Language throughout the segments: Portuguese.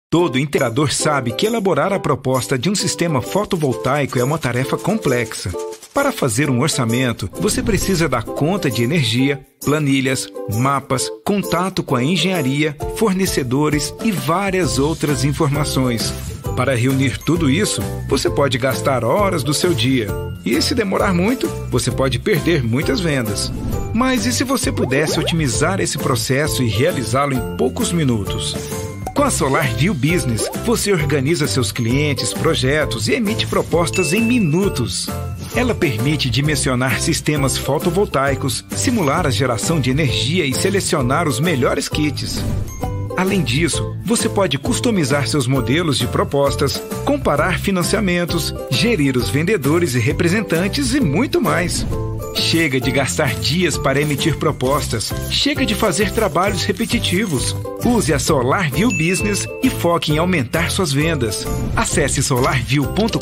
Todo integrador sabe que elaborar a proposta de um sistema fotovoltaico é uma tarefa complexa. Para fazer um orçamento, você precisa dar conta de energia, planilhas, mapas, contato com a engenharia, fornecedores e várias outras informações. Para reunir tudo isso, você pode gastar horas do seu dia. E se demorar muito, você pode perder muitas vendas. Mas e se você pudesse otimizar esse processo e realizá-lo em poucos minutos? Com a SolarView Business, você organiza seus clientes, projetos e emite propostas em minutos. Ela permite dimensionar sistemas fotovoltaicos, simular a geração de energia e selecionar os melhores kits. Além disso, você pode customizar seus modelos de propostas, comparar financiamentos, gerir os vendedores e representantes e muito mais. Chega de gastar dias para emitir propostas. Chega de fazer trabalhos repetitivos. Use a SolarView Business e foque em aumentar suas vendas. Acesse solarview.com.br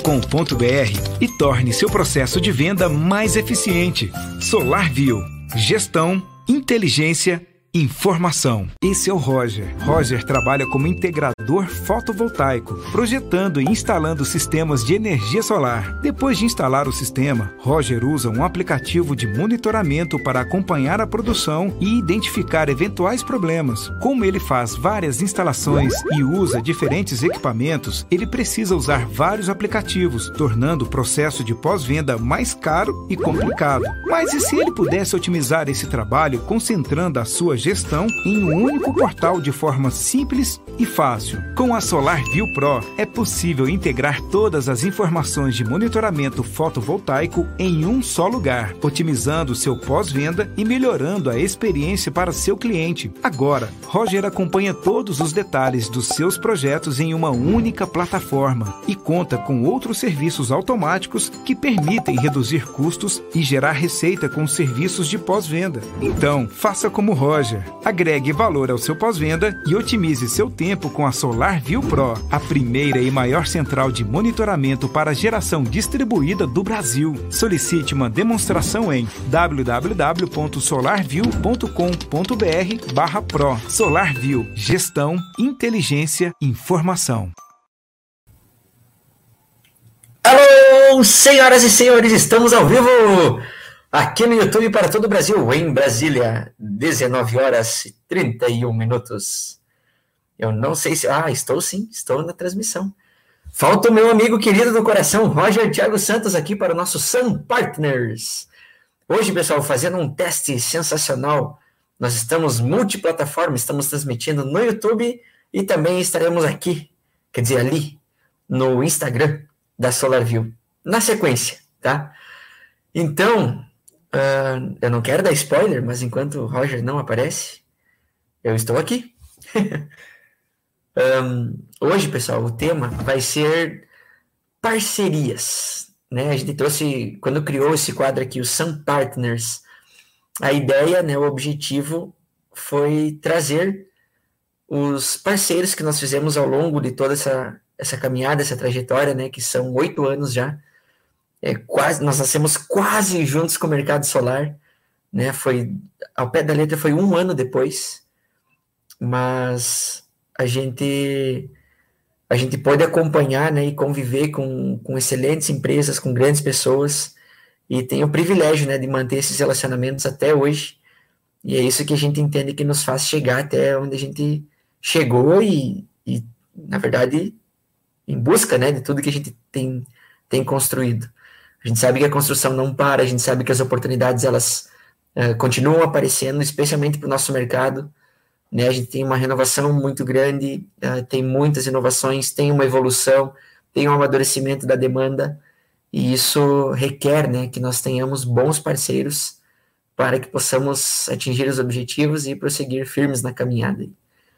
e torne seu processo de venda mais eficiente. SolarView. Gestão, inteligência, informação. Esse é o Roger. Roger trabalha como integrador fotovoltaico, projetando e instalando sistemas de energia solar. Depois de instalar o sistema, Roger usa um aplicativo de monitoramento para acompanhar a produção e identificar eventuais problemas. Como ele faz várias instalações e usa diferentes equipamentos, ele precisa usar vários aplicativos, tornando o processo de pós-venda mais caro e complicado. Mas e se ele pudesse otimizar esse trabalho concentrando a sua gestão em um único portal de forma simples e fácil? Com a SolarView Pro, é possível integrar todas as informações de monitoramento fotovoltaico em um só lugar, otimizando seu pós-venda e melhorando a experiência para seu cliente. Agora, Roger acompanha todos os detalhes dos seus projetos em uma única plataforma e conta com outros serviços automáticos que permitem reduzir custos e gerar receita com serviços de pós-venda. Então, faça como Roger. Agregue valor ao seu pós-venda e otimize seu tempo com a SolarView Pro, a primeira e maior central de monitoramento para geração distribuída do Brasil. Solicite uma demonstração em www.solarview.com.br/pro. SolarView. Gestão, inteligência, informação. Alô, senhoras e senhores, estamos ao vivo aqui no YouTube para todo o Brasil, em Brasília, 19h31. Eu não sei se... estou sim, estou na transmissão. Falta o meu amigo querido do coração, Roger Thiago Santos, aqui para o nosso Sun Partners. Hoje, pessoal, fazendo um teste sensacional. Nós estamos multiplataforma, estamos transmitindo no YouTube e também estaremos aqui, quer dizer, ali, no Instagram da SolarView, na sequência, tá? Então... eu não quero dar spoiler, mas enquanto o Roger não aparece, eu estou aqui. Hoje, pessoal, o tema vai ser parcerias, né? A gente trouxe, quando criou esse quadro aqui, o Sun Partners, a ideia, né, o objetivo foi trazer os parceiros que nós fizemos ao longo de toda essa caminhada, essa trajetória, né, que são 8 anos já. Nós nascemos quase juntos com o mercado solar, né? Foi, ao pé da letra, foi 1 ano depois, mas a gente pôde acompanhar, né, e conviver com excelentes empresas, com grandes pessoas, e tem o privilégio, né, de manter esses relacionamentos até hoje, e é isso que a gente entende que nos faz chegar até onde a gente chegou e na verdade, em busca, né, de tudo que a gente tem construído. A gente sabe que a construção não para, a gente sabe que as oportunidades, elas continuam aparecendo, especialmente para o nosso mercado, né? A gente tem uma renovação muito grande, tem muitas inovações, tem uma evolução, tem um amadurecimento da demanda, e isso requer, né, que nós tenhamos bons parceiros para que possamos atingir os objetivos e prosseguir firmes na caminhada.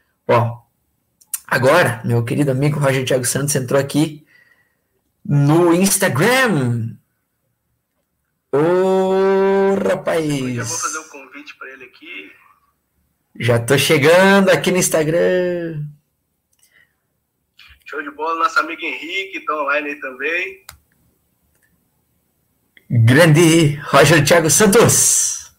Agora, meu querido amigo Roger Thiago Santos entrou aqui no Instagram. Rapaz! Eu já vou fazer um convite para ele aqui. Já tô chegando aqui no Instagram. Show de bola, nosso amigo Henrique, tá online aí também. Grande Roger Thiago Santos.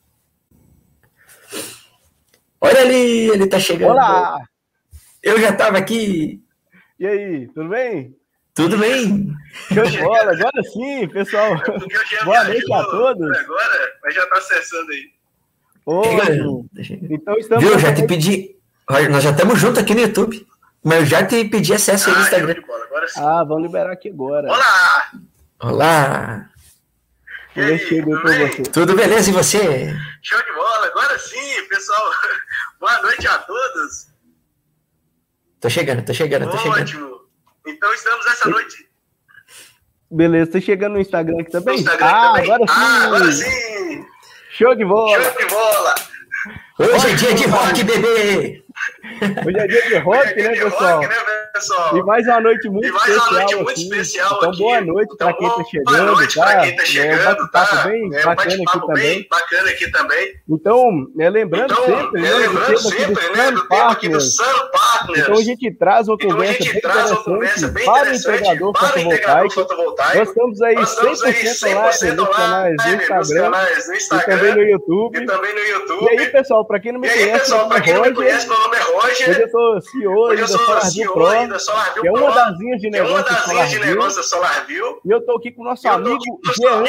Olha ali, ele tá chegando. Olá! Eu já tava aqui. E aí, tudo bem? Tudo bem? Show de bola, agora sim, pessoal. Boa noite a todos. Agora, mas já tá acessando aí. Ótimo. Então estamos... Viu, já te pedi... Nós já estamos juntos aqui no YouTube, mas eu já te pedi acesso aí no Instagram. Agora sim. Vamos liberar aqui agora. Olá! Olá! E aí, tudo bem? Você. Tudo beleza, e você? Show de bola, agora sim, pessoal. Boa noite a todos. Tô chegando. Ótimo. Então estamos essa noite. Beleza, tá chegando no Instagram aqui também? Também. Agora sim! Show de bola! Hoje é dia de rock, bebê! Hoje é dia de rock, né, pessoal? E mais uma noite muito especial. Então, boa noite para quem está chegando, tá? Bate-papo bem bacana aqui também. Então, lembrando sempre, do Sun Partners. Então, a gente traz uma conversa bem interessante para o integrador fotovoltaico. Nós estamos aí 100% live nos canais do Instagram e também no YouTube. E aí, pessoal, para quem não me conhece, meu nome é Roger. Hoje eu sou CEO da SolarView Pro, que é uma das linhas de negócio da SolarView. E eu estou aqui com o nosso amigo Jean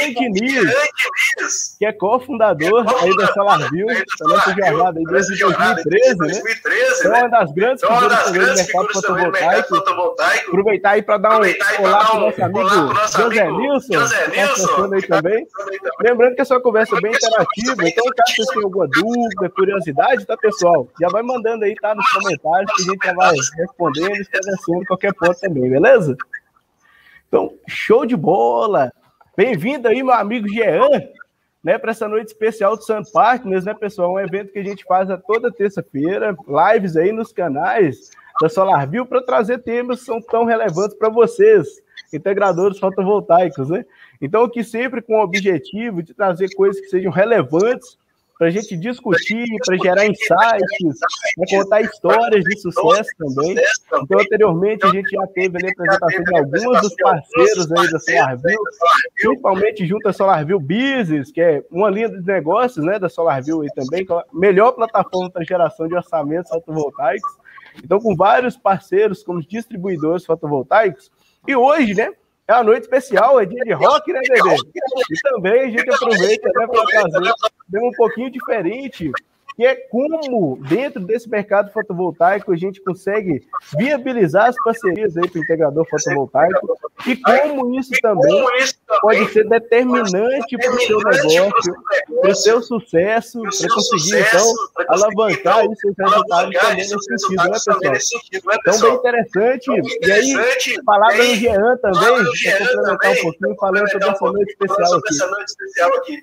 Diniz, que é cofundador aí da SolarView, da nossa jornada aí desde 2013, né? Então, é uma das grandes figuras do mercado fotovoltaico. Aproveitar aí para dar um olá para o nosso amigo José Nilson, que está passando aí também. Lembrando que essa é uma conversa bem interativa, então caso vocês tenham alguma dúvida, curiosidade, tá, pessoal? Já vai mandando aí, tá, nos comentários, que a gente já vai respondendo e esclarecendo qualquer ponto também, beleza? Então, show de bola! Bem-vindo aí, meu amigo Jean, né, para essa noite especial do Sun Partners, né, pessoal? Um evento que a gente faz a toda terça-feira, lives aí nos canais da SolarView para trazer temas que são tão relevantes para vocês, integradores fotovoltaicos, né? Então, aqui sempre com o objetivo de trazer coisas que sejam relevantes para a gente discutir, para gerar insights, para contar histórias de sucesso também. Então, anteriormente, a gente já teve ali a apresentação de alguns dos parceiros aí da SolarView, principalmente junto à SolarView Business, que é uma linha de negócios, né, da SolarView aí também, que é a melhor plataforma para geração de orçamentos fotovoltaicos. Então, com vários parceiros, como distribuidores fotovoltaicos. E hoje, né, é uma noite especial, é dia de rock, né, bebê? E também a gente aproveita, né, para fazer um pouquinho diferente, que é como, dentro desse mercado fotovoltaico, a gente consegue viabilizar as parcerias aí para o integrador fotovoltaico e como isso também pode ser determinante para o seu negócio, para o seu sucesso, para conseguir, então, alavancar os seus resultados também nesse sentido, né, pessoal? Então, bem interessante. E aí, falar do Jean também, para complementar um pouquinho, falando sobre essa noite especial aqui.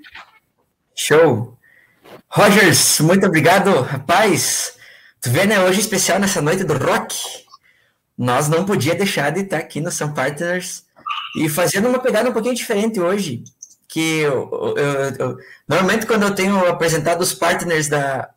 Show! Rogers, muito obrigado, rapaz. Tu vê, né, hoje especial nessa noite do rock, nós não podia deixar de estar aqui no Sun Partners e fazendo uma pegada um pouquinho diferente hoje, que normalmente quando eu tenho apresentado os partners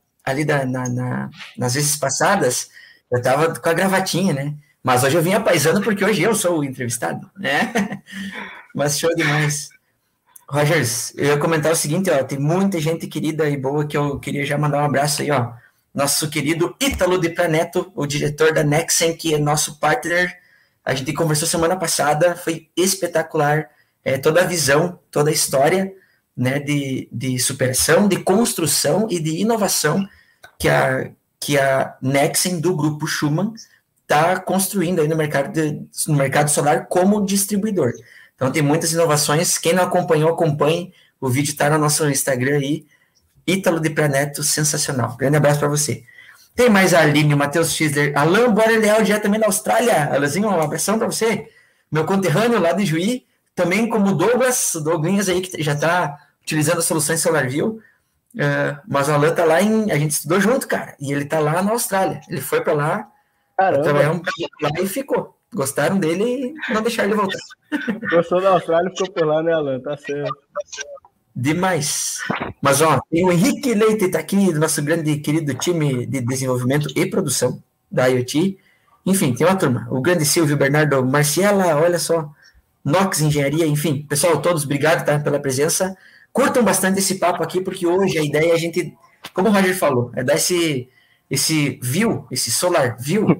nas vezes passadas, eu tava com a gravatinha, né? Mas hoje eu vim apaisando porque hoje eu sou o entrevistado, né? Mas show demais. Rogers, eu ia comentar o seguinte, ó, tem muita gente querida e boa que eu queria já mandar um abraço aí, ó. Nosso querido Ítalo de Praneto, o diretor da Nexen, que é nosso partner. A gente conversou semana passada, foi espetacular. Toda a visão, toda a história, né, de superação, de construção e de inovação que a Nexen do Grupo Schumann está construindo aí no mercado solar como distribuidor. Então, tem muitas inovações. Quem não acompanhou, acompanhe. O vídeo está no nosso Instagram aí. Ítalo de Praneto, sensacional. Grande abraço para você. Tem mais a Aline, o Matheus Schisler. Alain Boreleal, diretamente da Austrália. Alazinho, um abração para você. Meu conterrâneo lá de Juí. Também como o Douglas aí, que já está utilizando as soluções SolarView. Mas o Alain está lá a gente estudou junto, cara. E ele está lá na Austrália. Ele foi para lá, trabalhar um pouco lá e ficou. Gostaram dele e não deixaram ele voltar. Gostou da Austrália e ficou por lá, né, Alan? Tá certo. Demais. Mas, ó, tem o Henrique Leite, tá aqui, do nosso grande querido time de desenvolvimento e produção da IoT. Enfim, tem uma turma. O grande Silvio, Bernardo, Marciela, olha só, Nox Engenharia, enfim. Pessoal, todos, obrigado, tá, pela presença. Curtam bastante esse papo aqui, porque hoje a ideia é a gente, como o Roger falou, é dar esse view, esse solar view,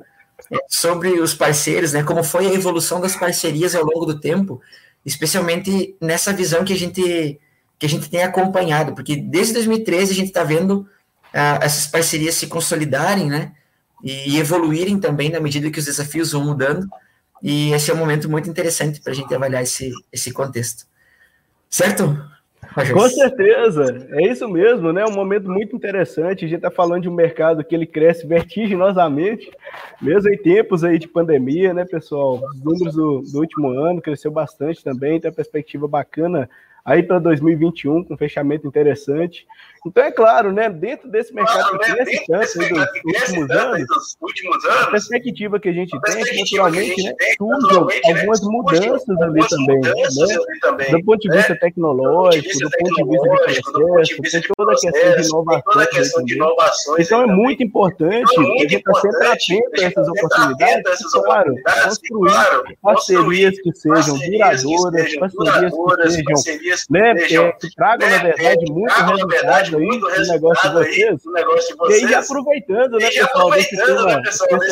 sobre os parceiros, né? Como foi a evolução das parcerias ao longo do tempo, especialmente nessa visão que a gente tem acompanhado, porque desde 2013 a gente está vendo essas parcerias se consolidarem, né? E evoluírem também na medida que os desafios vão mudando. E esse é um momento muito interessante para a gente avaliar esse contexto. Certo, Rogers? Com certeza, é isso mesmo, né? Um momento muito interessante. A gente está falando de um mercado que ele cresce vertiginosamente, mesmo em tempos aí de pandemia, né, pessoal? Os números do último ano cresceu bastante também, tem uma perspectiva bacana aí para 2021, com um fechamento interessante. Então, é claro, né, dentro desse mercado que cresce tanto dos últimos anos, a perspectiva que a gente tem é que, naturalmente, né, surgem algumas mudanças ali também, né, do ponto de vista tecnológico, do ponto de vista de processo, tem toda a questão de inovações. Então, é muito importante a gente estar sempre atento a essas oportunidades e, claro, construir parcerias que sejam duradouras, parcerias que sejam, né, que tragam, na verdade, muito resultado aí no negócio de vocês. E aí, já aproveitando, né, pessoal, desse tema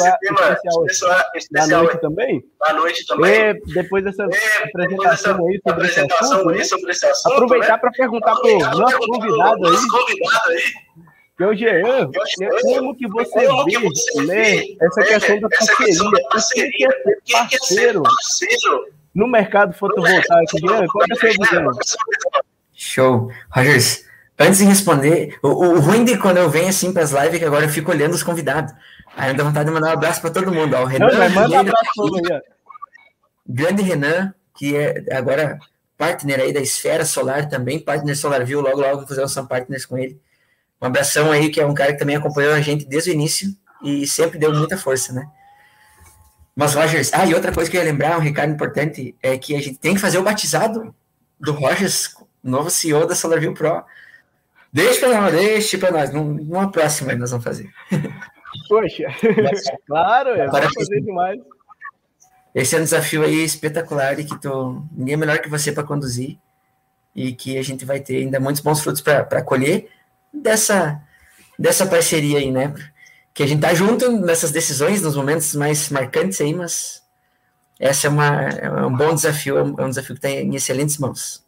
especial da noite também, depois dessa apresentação aí sobre esse assunto, aproveitar para perguntar para o nosso convidado aí, que é o Jean, como que você vê, né, essa questão da parceria? O que é ser parceiro no mercado fotovoltaico? Jean, qual é a sua visão? Show. Rogers, antes de responder, o ruim de quando eu venho assim para as lives é que agora eu fico olhando os convidados. Aí eu dou vontade de mandar um abraço para todo mundo. Ó, o Renan, manda um abraço para ele. Grande Renan, que é agora partner aí da Esfera Solar também, partner SolarView, logo vou fazer um Partners com ele. Um abração aí, que é um cara que também acompanhou a gente desde o início e sempre deu muita força, né? Mas, Rogers, e outra coisa que eu ia lembrar, um recado importante, é que a gente tem que fazer o batizado do Rogers, novo CEO da SolarView Pro. Deixa para nós, numa próxima nós vamos fazer. Poxa, claro, vai fazer demais. Esse é um desafio aí espetacular e que ninguém é melhor que você para conduzir e que a gente vai ter ainda muitos bons frutos para colher dessa parceria aí, né? Que a gente tá junto nessas decisões, nos momentos mais marcantes aí, mas essa é um bom desafio, é um desafio que está em excelentes mãos.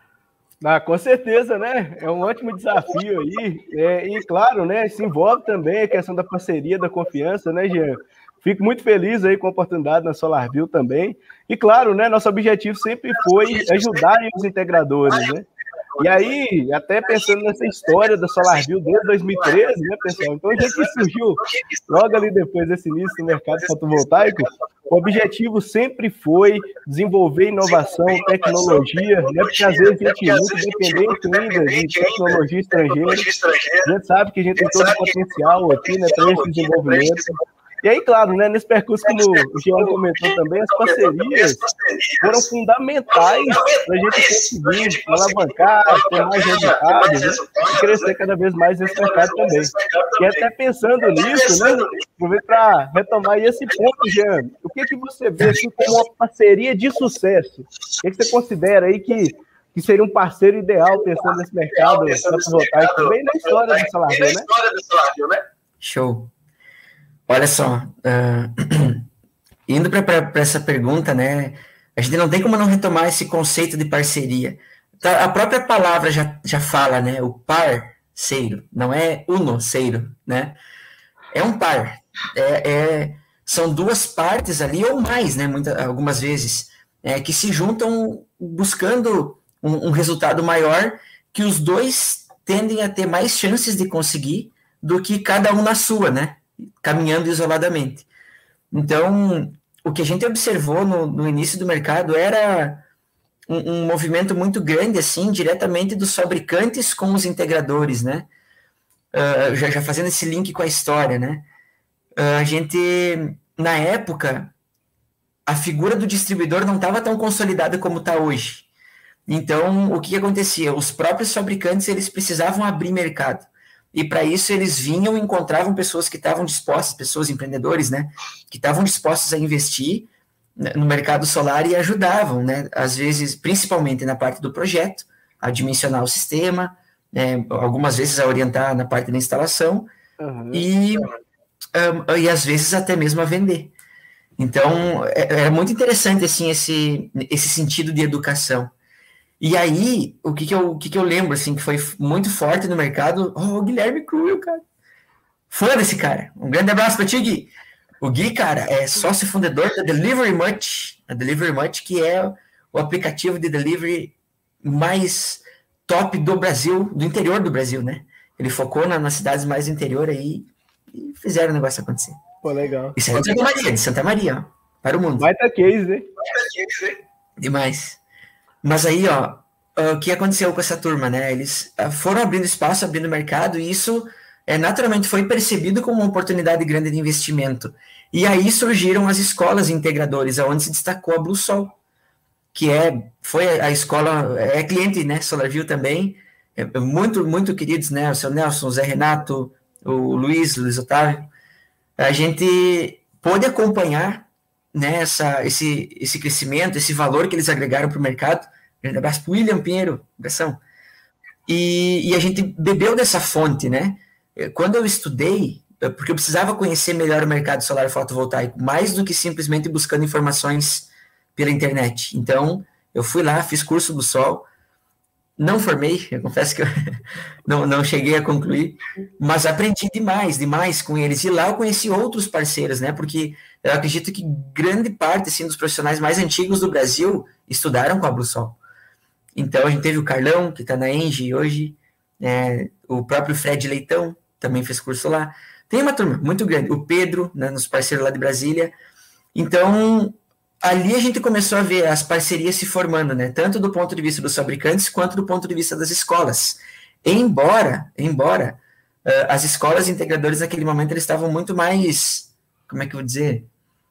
Com certeza, né? É um ótimo desafio aí. E, claro, né, se envolve também a questão da parceria, da confiança, né, Jean? Fico muito feliz aí com a oportunidade na SolarView também. E, claro, né, nosso objetivo sempre foi ajudar os integradores, né? E aí, até pensando nessa história da SolarView desde 2013, né, pessoal? Então, a gente surgiu logo ali depois desse início do mercado fotovoltaico. O objetivo sempre foi desenvolver inovação, tecnologia, né? Porque às vezes a gente é muito dependente ainda de tecnologia estrangeira. A gente sabe que a gente tem todo o potencial aqui, né, para esse desenvolvimento. E aí, claro, né, nesse percurso, como o Jean comentou também, as parcerias foram fundamentais para a gente conseguir alavancar, ter mais resultados, né, e crescer cada vez mais nesse mercado também. E até pensando nisso, né, aproveito para retomar esse ponto, Jean, o que você vê assim, como uma parceria de sucesso? O que você considera aí que seria um parceiro ideal pensando nesse mercado fotovoltaico também na história do SolarView, né? Show. Olha só, indo para essa pergunta, né, a gente não tem como não retomar esse conceito de parceria. A própria palavra já fala, né, o parceiro, não é unoceiro, né, é um par, são duas partes ali ou mais, né, algumas vezes, que se juntam buscando um resultado maior que os dois tendem a ter mais chances de conseguir do que cada um na sua, né, caminhando isoladamente. Então, o que a gente observou no início do mercado era um movimento muito grande, assim, diretamente dos fabricantes com os integradores, né? Já fazendo esse link com a história, né? A gente, na época, a figura do distribuidor não estava tão consolidada como está hoje. Então, o que acontecia? Os próprios fabricantes, eles precisavam abrir mercado. E para isso eles vinham e encontravam pessoas que estavam dispostas, pessoas empreendedores, né, que estavam dispostos a investir no mercado solar e ajudavam, né, às vezes, principalmente na parte do projeto, a dimensionar o sistema, né, algumas vezes a orientar na parte da instalação, e às vezes até mesmo a vender. Então, é muito interessante, assim, esse sentido de educação. E aí, o que eu lembro, assim, que foi muito forte no mercado, o Guilherme Cruel, cara. Fã desse cara. Um grande abraço pra ti, Gui. O Gui, cara, é sócio fundador da Delivery Much, a Delivery Much, que é o aplicativo de delivery mais top do Brasil, do interior do Brasil, né? Ele focou nas cidades mais do interior aí e fizeram o negócio acontecer. Pô, legal. Isso é de Santa Maria, ó, para o mundo. Baita case, né? Demais. Mas aí, ó, o que aconteceu com essa turma, né? Eles foram abrindo espaço, abrindo mercado, e isso naturalmente foi percebido como uma oportunidade grande de investimento. E aí surgiram as escolas integradores, onde se destacou a Blue Sol, que foi a escola, é cliente, né? SolarView também, muito, muito queridos, né? O seu Nelson, o Zé Renato, o Luiz Otávio. A gente pôde acompanhar, né, esse crescimento, esse valor que eles agregaram para o mercado. Grande abraço para o William Pinheiro, abração. E a gente bebeu dessa fonte, né? Quando eu estudei, porque eu precisava conhecer melhor o mercado solar fotovoltaico, mais do que simplesmente buscando informações pela internet. Então, eu fui lá, fiz curso do Sol, não formei, eu confesso que eu não cheguei a concluir, mas aprendi demais com eles. E lá eu conheci outros parceiros, né? Porque eu acredito que grande parte, assim, dos profissionais mais antigos do Brasil estudaram com a Blue Sol. Então, a gente teve o Carlão, que está na Engie hoje, o próprio Fred Leitão também fez curso lá. Tem uma turma muito grande. O Pedro, né, nos parceiros lá de Brasília. Então, ali a gente começou a ver as parcerias se formando, né? Tanto do ponto de vista dos fabricantes, quanto do ponto de vista das escolas. Embora as escolas integradoras naquele momento eles estavam muito mais, como é que eu vou dizer?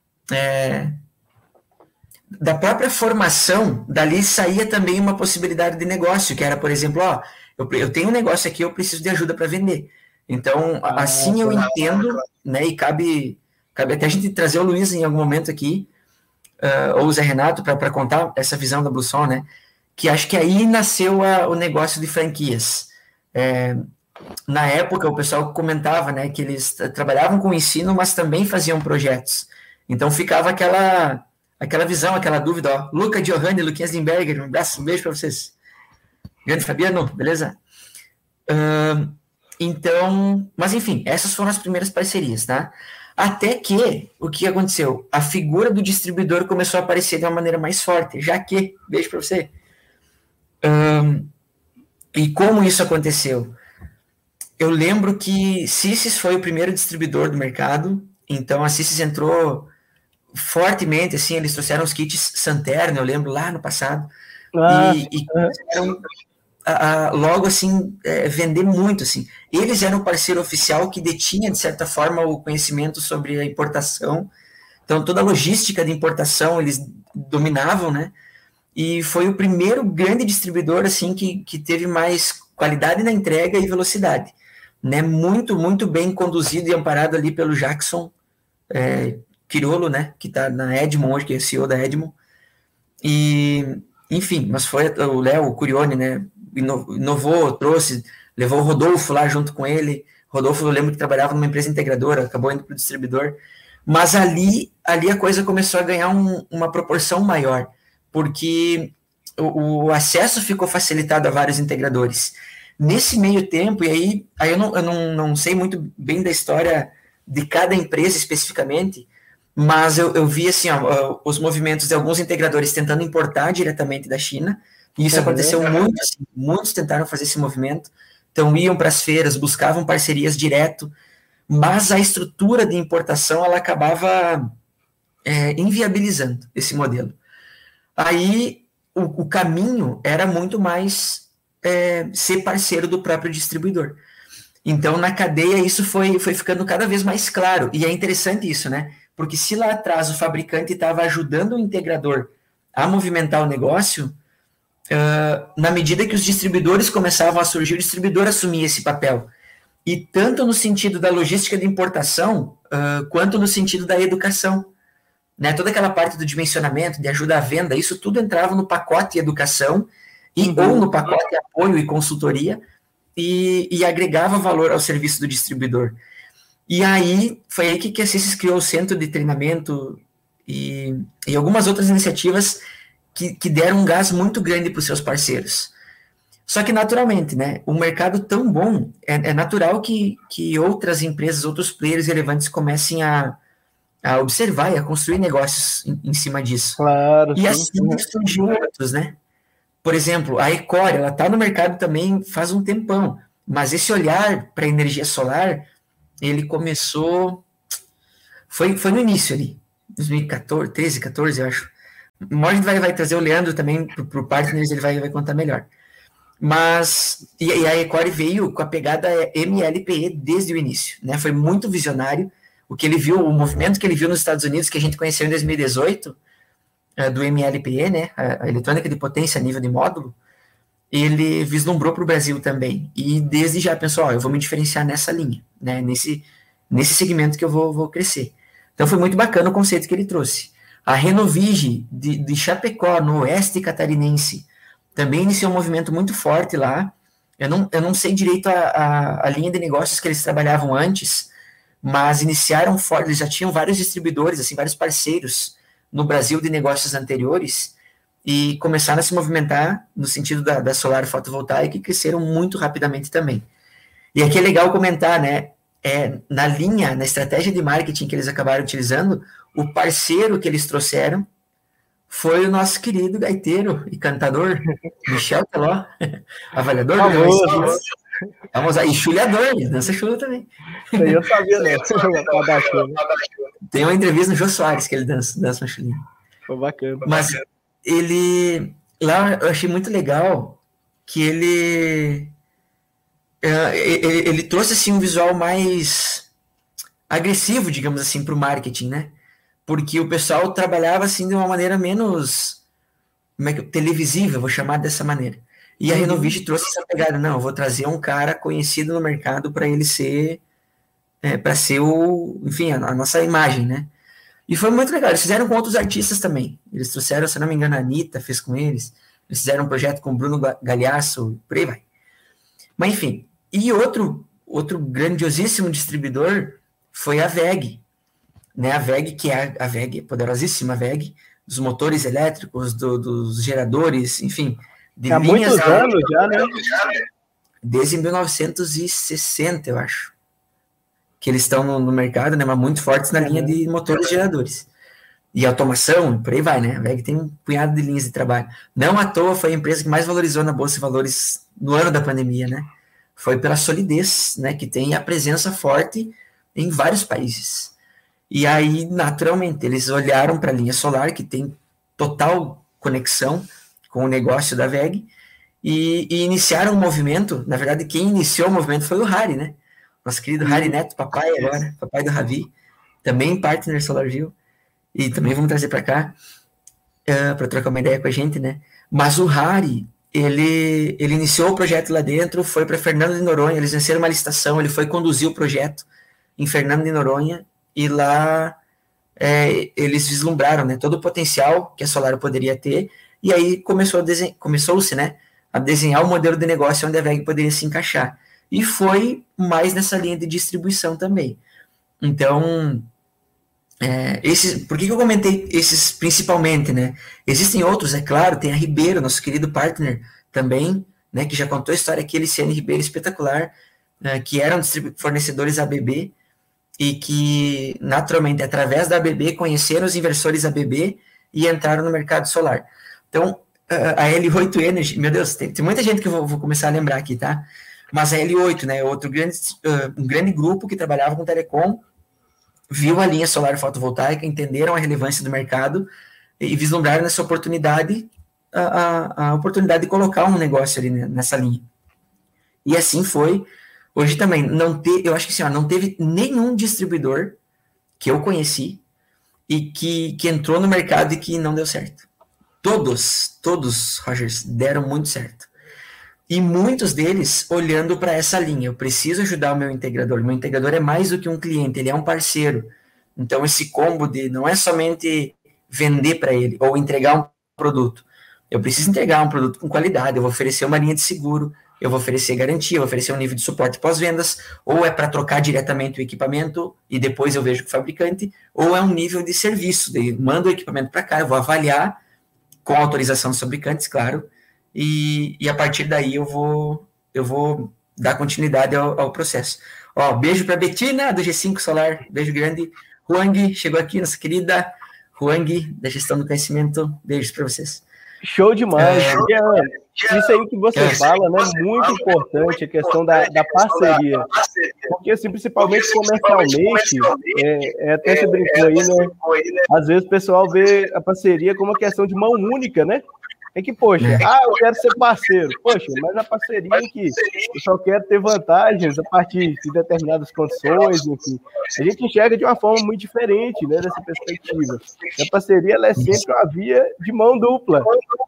Da própria formação, dali saía também uma possibilidade de negócio, que era, por exemplo, eu tenho um negócio aqui, eu preciso de ajuda para vender. Então, assim eu entendo, né, e cabe até a gente trazer o Luiz em algum momento aqui, ou o Zé Renato, para contar essa visão da Blue Sol, né, que acho que aí nasceu o negócio de franquias. Na época, o pessoal comentava, né, que eles trabalhavam com ensino, mas também faziam projetos. Então, ficava aquela visão, aquela dúvida, ó. Luca Giovanni, Luquinhas Limberger, um abraço, um beijo para vocês. Grande Fabiano, beleza? Então, mas enfim, essas foram as primeiras parcerias, tá? Até que, o que aconteceu? A figura do distribuidor começou a aparecer de uma maneira mais forte, já que, beijo para você. E como isso aconteceu? Eu lembro que Sysys foi o primeiro distribuidor do mercado, então a Sysys entrou fortemente, assim, eles trouxeram os kits Santerno, eu lembro, lá no passado, e começaram logo, assim, vender muito, assim. Eles eram o parceiro oficial que detinha, de certa forma, o conhecimento sobre a importação, então toda a logística de importação eles dominavam, né, e foi o primeiro grande distribuidor, assim, que teve mais qualidade na entrega e velocidade, né, muito, muito bem conduzido e amparado ali pelo Jackson Quirolo, né, que está na Edmond hoje, que é CEO da Edmond, e, enfim, mas foi o Léo, o Curione, né, inovou, levou o Rodolfo lá junto com ele. Rodolfo, eu lembro que trabalhava numa empresa integradora, acabou indo para o distribuidor, mas ali a coisa começou a ganhar uma proporção maior, porque o acesso ficou facilitado a vários integradores. Nesse meio tempo, e aí eu não sei muito bem da história de cada empresa especificamente, mas eu vi assim, os movimentos de alguns integradores tentando importar diretamente da China, e isso aconteceu muito, assim, muitos tentaram fazer esse movimento, então iam para as feiras, buscavam parcerias direto, mas a estrutura de importação, ela acabava inviabilizando esse modelo. Aí, o caminho era muito mais ser parceiro do próprio distribuidor. Então, na cadeia, isso foi ficando cada vez mais claro, e é interessante isso, né? Porque se lá atrás o fabricante estava ajudando o integrador a movimentar o negócio, na medida que os distribuidores começavam a surgir, o distribuidor assumia esse papel. E tanto no sentido da logística de importação, quanto no sentido da educação. Né? Toda aquela parte do dimensionamento, de ajuda à venda, isso tudo entrava no pacote educação, ou no pacote apoio e consultoria, e agregava valor ao serviço do distribuidor. E aí, foi aí que a Sysys criou o centro de treinamento e algumas outras iniciativas que deram um gás muito grande para os seus parceiros. Só que, naturalmente, né, um mercado tão bom, é natural que outras empresas, outros players relevantes comecem a observar e a construir negócios em cima disso. Claro, e assim surgiu outros, né? Por exemplo, a Ecore, ela está no mercado também faz um tempão, mas esse olhar para a energia solar, ele começou... Foi no início ali, 2014, 13, 14, eu acho. A gente vai trazer o Leandro também para o Partners, ele vai contar melhor. Mas, e a Ecore veio com a pegada MLPE desde o início, né? Foi muito visionário. O que ele viu, o movimento que ele viu nos Estados Unidos, que a gente conheceu em 2018, do MLPE, né? A eletrônica de potência a nível de módulo, ele vislumbrou para o Brasil também. E desde já pensou, eu vou me diferenciar nessa linha, né? Nesse segmento que eu vou crescer. Então foi muito bacana o conceito que ele trouxe. A Renovige, de Chapecó, no oeste catarinense, também iniciou um movimento muito forte lá. Eu não sei direito a linha de negócios que eles trabalhavam antes, mas iniciaram forte, eles já tinham vários distribuidores, assim, vários parceiros no Brasil de negócios anteriores, e começaram a se movimentar no sentido da solar fotovoltaica e cresceram muito rapidamente também. E aqui é legal comentar, né, na linha, na estratégia de marketing que eles acabaram utilizando, o parceiro que eles trouxeram foi o nosso querido gaiteiro e cantador, Michel Teló, avaliador. Vamos aí, chulhador, dança chula também. Eu sabia, né? Tem uma entrevista no Jô Soares que ele dança uma chulinha. Foi bacana. Mas ele, lá eu achei muito legal que ele trouxe assim um visual mais agressivo, digamos assim, para o marketing, né? Porque o pessoal trabalhava assim de uma maneira menos televisiva, vou chamar dessa maneira. E a Renovige trouxe essa pegada, não, eu vou trazer um cara conhecido no mercado para ele ser, para ser enfim, a nossa imagem, né? E foi muito legal, eles fizeram com outros artistas também. Eles trouxeram, se não me engano, a Anitta fez com eles. Eles fizeram um projeto com o Bruno Galhaço, por aí vai. Mas enfim, e outro grandiosíssimo distribuidor foi a WEG, né? A WEG, que é a WEG, a poderosíssima WEG, dos motores elétricos, dos geradores, enfim. Há muitos anos já, né? Desde 1960, eu acho. Que eles estão no mercado, né? Mas muito fortes na linha de motores e geradores. E automação, por aí vai, né? A WEG tem um punhado de linhas de trabalho. Não à toa foi a empresa que mais valorizou na Bolsa de Valores no ano da pandemia, né? Foi pela solidez, né? Que tem a presença forte em vários países. E aí, naturalmente, eles olharam para a linha solar, que tem total conexão com o negócio da WEG, e iniciaram um movimento. Na verdade, quem iniciou o movimento foi o Harry, né? Nosso querido Harry Neto, papai agora, papai do Ravi, também partner SolarView, e também vamos trazer para cá, para trocar uma ideia com a gente, né? Mas o Harry, ele iniciou o projeto lá dentro, foi para Fernando de Noronha, eles venceram uma licitação, ele foi conduzir o projeto em Fernando de Noronha, e lá eles vislumbraram, né, todo o potencial que a Solar poderia ter, e aí começou-se, né, a desenhar o modelo de negócio onde a WEG poderia se encaixar. E foi mais nessa linha de distribuição também. Então, por que eu comentei esses principalmente, né? Existem outros, é claro, tem a Ribeiro, nosso querido partner também, né, que já contou a história aqui, Eliciane Ribeiro, espetacular, que eram fornecedores ABB, e que, naturalmente, através da ABB, conheceram os inversores ABB e entraram no mercado solar. Então, a L8 Energy, meu Deus, tem muita gente que eu vou começar a lembrar aqui, tá? Mas a L8, né, um grande grupo que trabalhava com telecom, viu a linha solar fotovoltaica, entenderam a relevância do mercado e vislumbraram nessa oportunidade, a oportunidade de colocar um negócio ali nessa linha. E assim foi. Hoje também, eu acho que assim, não teve nenhum distribuidor que eu conheci e que entrou no mercado e que não deu certo. Todos, Rogers, deram muito certo. E muitos deles olhando para essa linha. Eu preciso ajudar o meu integrador. Meu integrador é mais do que um cliente, ele é um parceiro. Então, esse combo não é somente vender para ele ou entregar um produto. Eu preciso entregar um produto com qualidade, eu vou oferecer uma linha de seguro, eu vou oferecer garantia, eu vou oferecer um nível de suporte pós-vendas, ou é para trocar diretamente o equipamento e depois eu vejo com o fabricante, ou é um nível de serviço, mando o equipamento para cá, eu vou avaliar com autorização dos fabricantes, claro, e a partir daí eu vou dar continuidade ao processo. Ó, beijo para Betina, do G5 Solar, beijo grande. Huang, chegou aqui, nossa querida Huang, da Gestão do Conhecimento, beijos para vocês. Show demais. Isso aí que você fala, né, muito importante, a questão da parceria. Porque, assim, principalmente comercialmente, até você brincou aí, né, às vezes o pessoal vê a parceria como uma questão de mão única, né? É que, poxa, eu quero ser parceiro. Poxa, mas na parceria que eu só quero ter vantagens a partir de determinadas condições, enfim. A gente enxerga de uma forma muito diferente, né, dessa perspectiva. A parceria, ela é sempre uma via de mão dupla.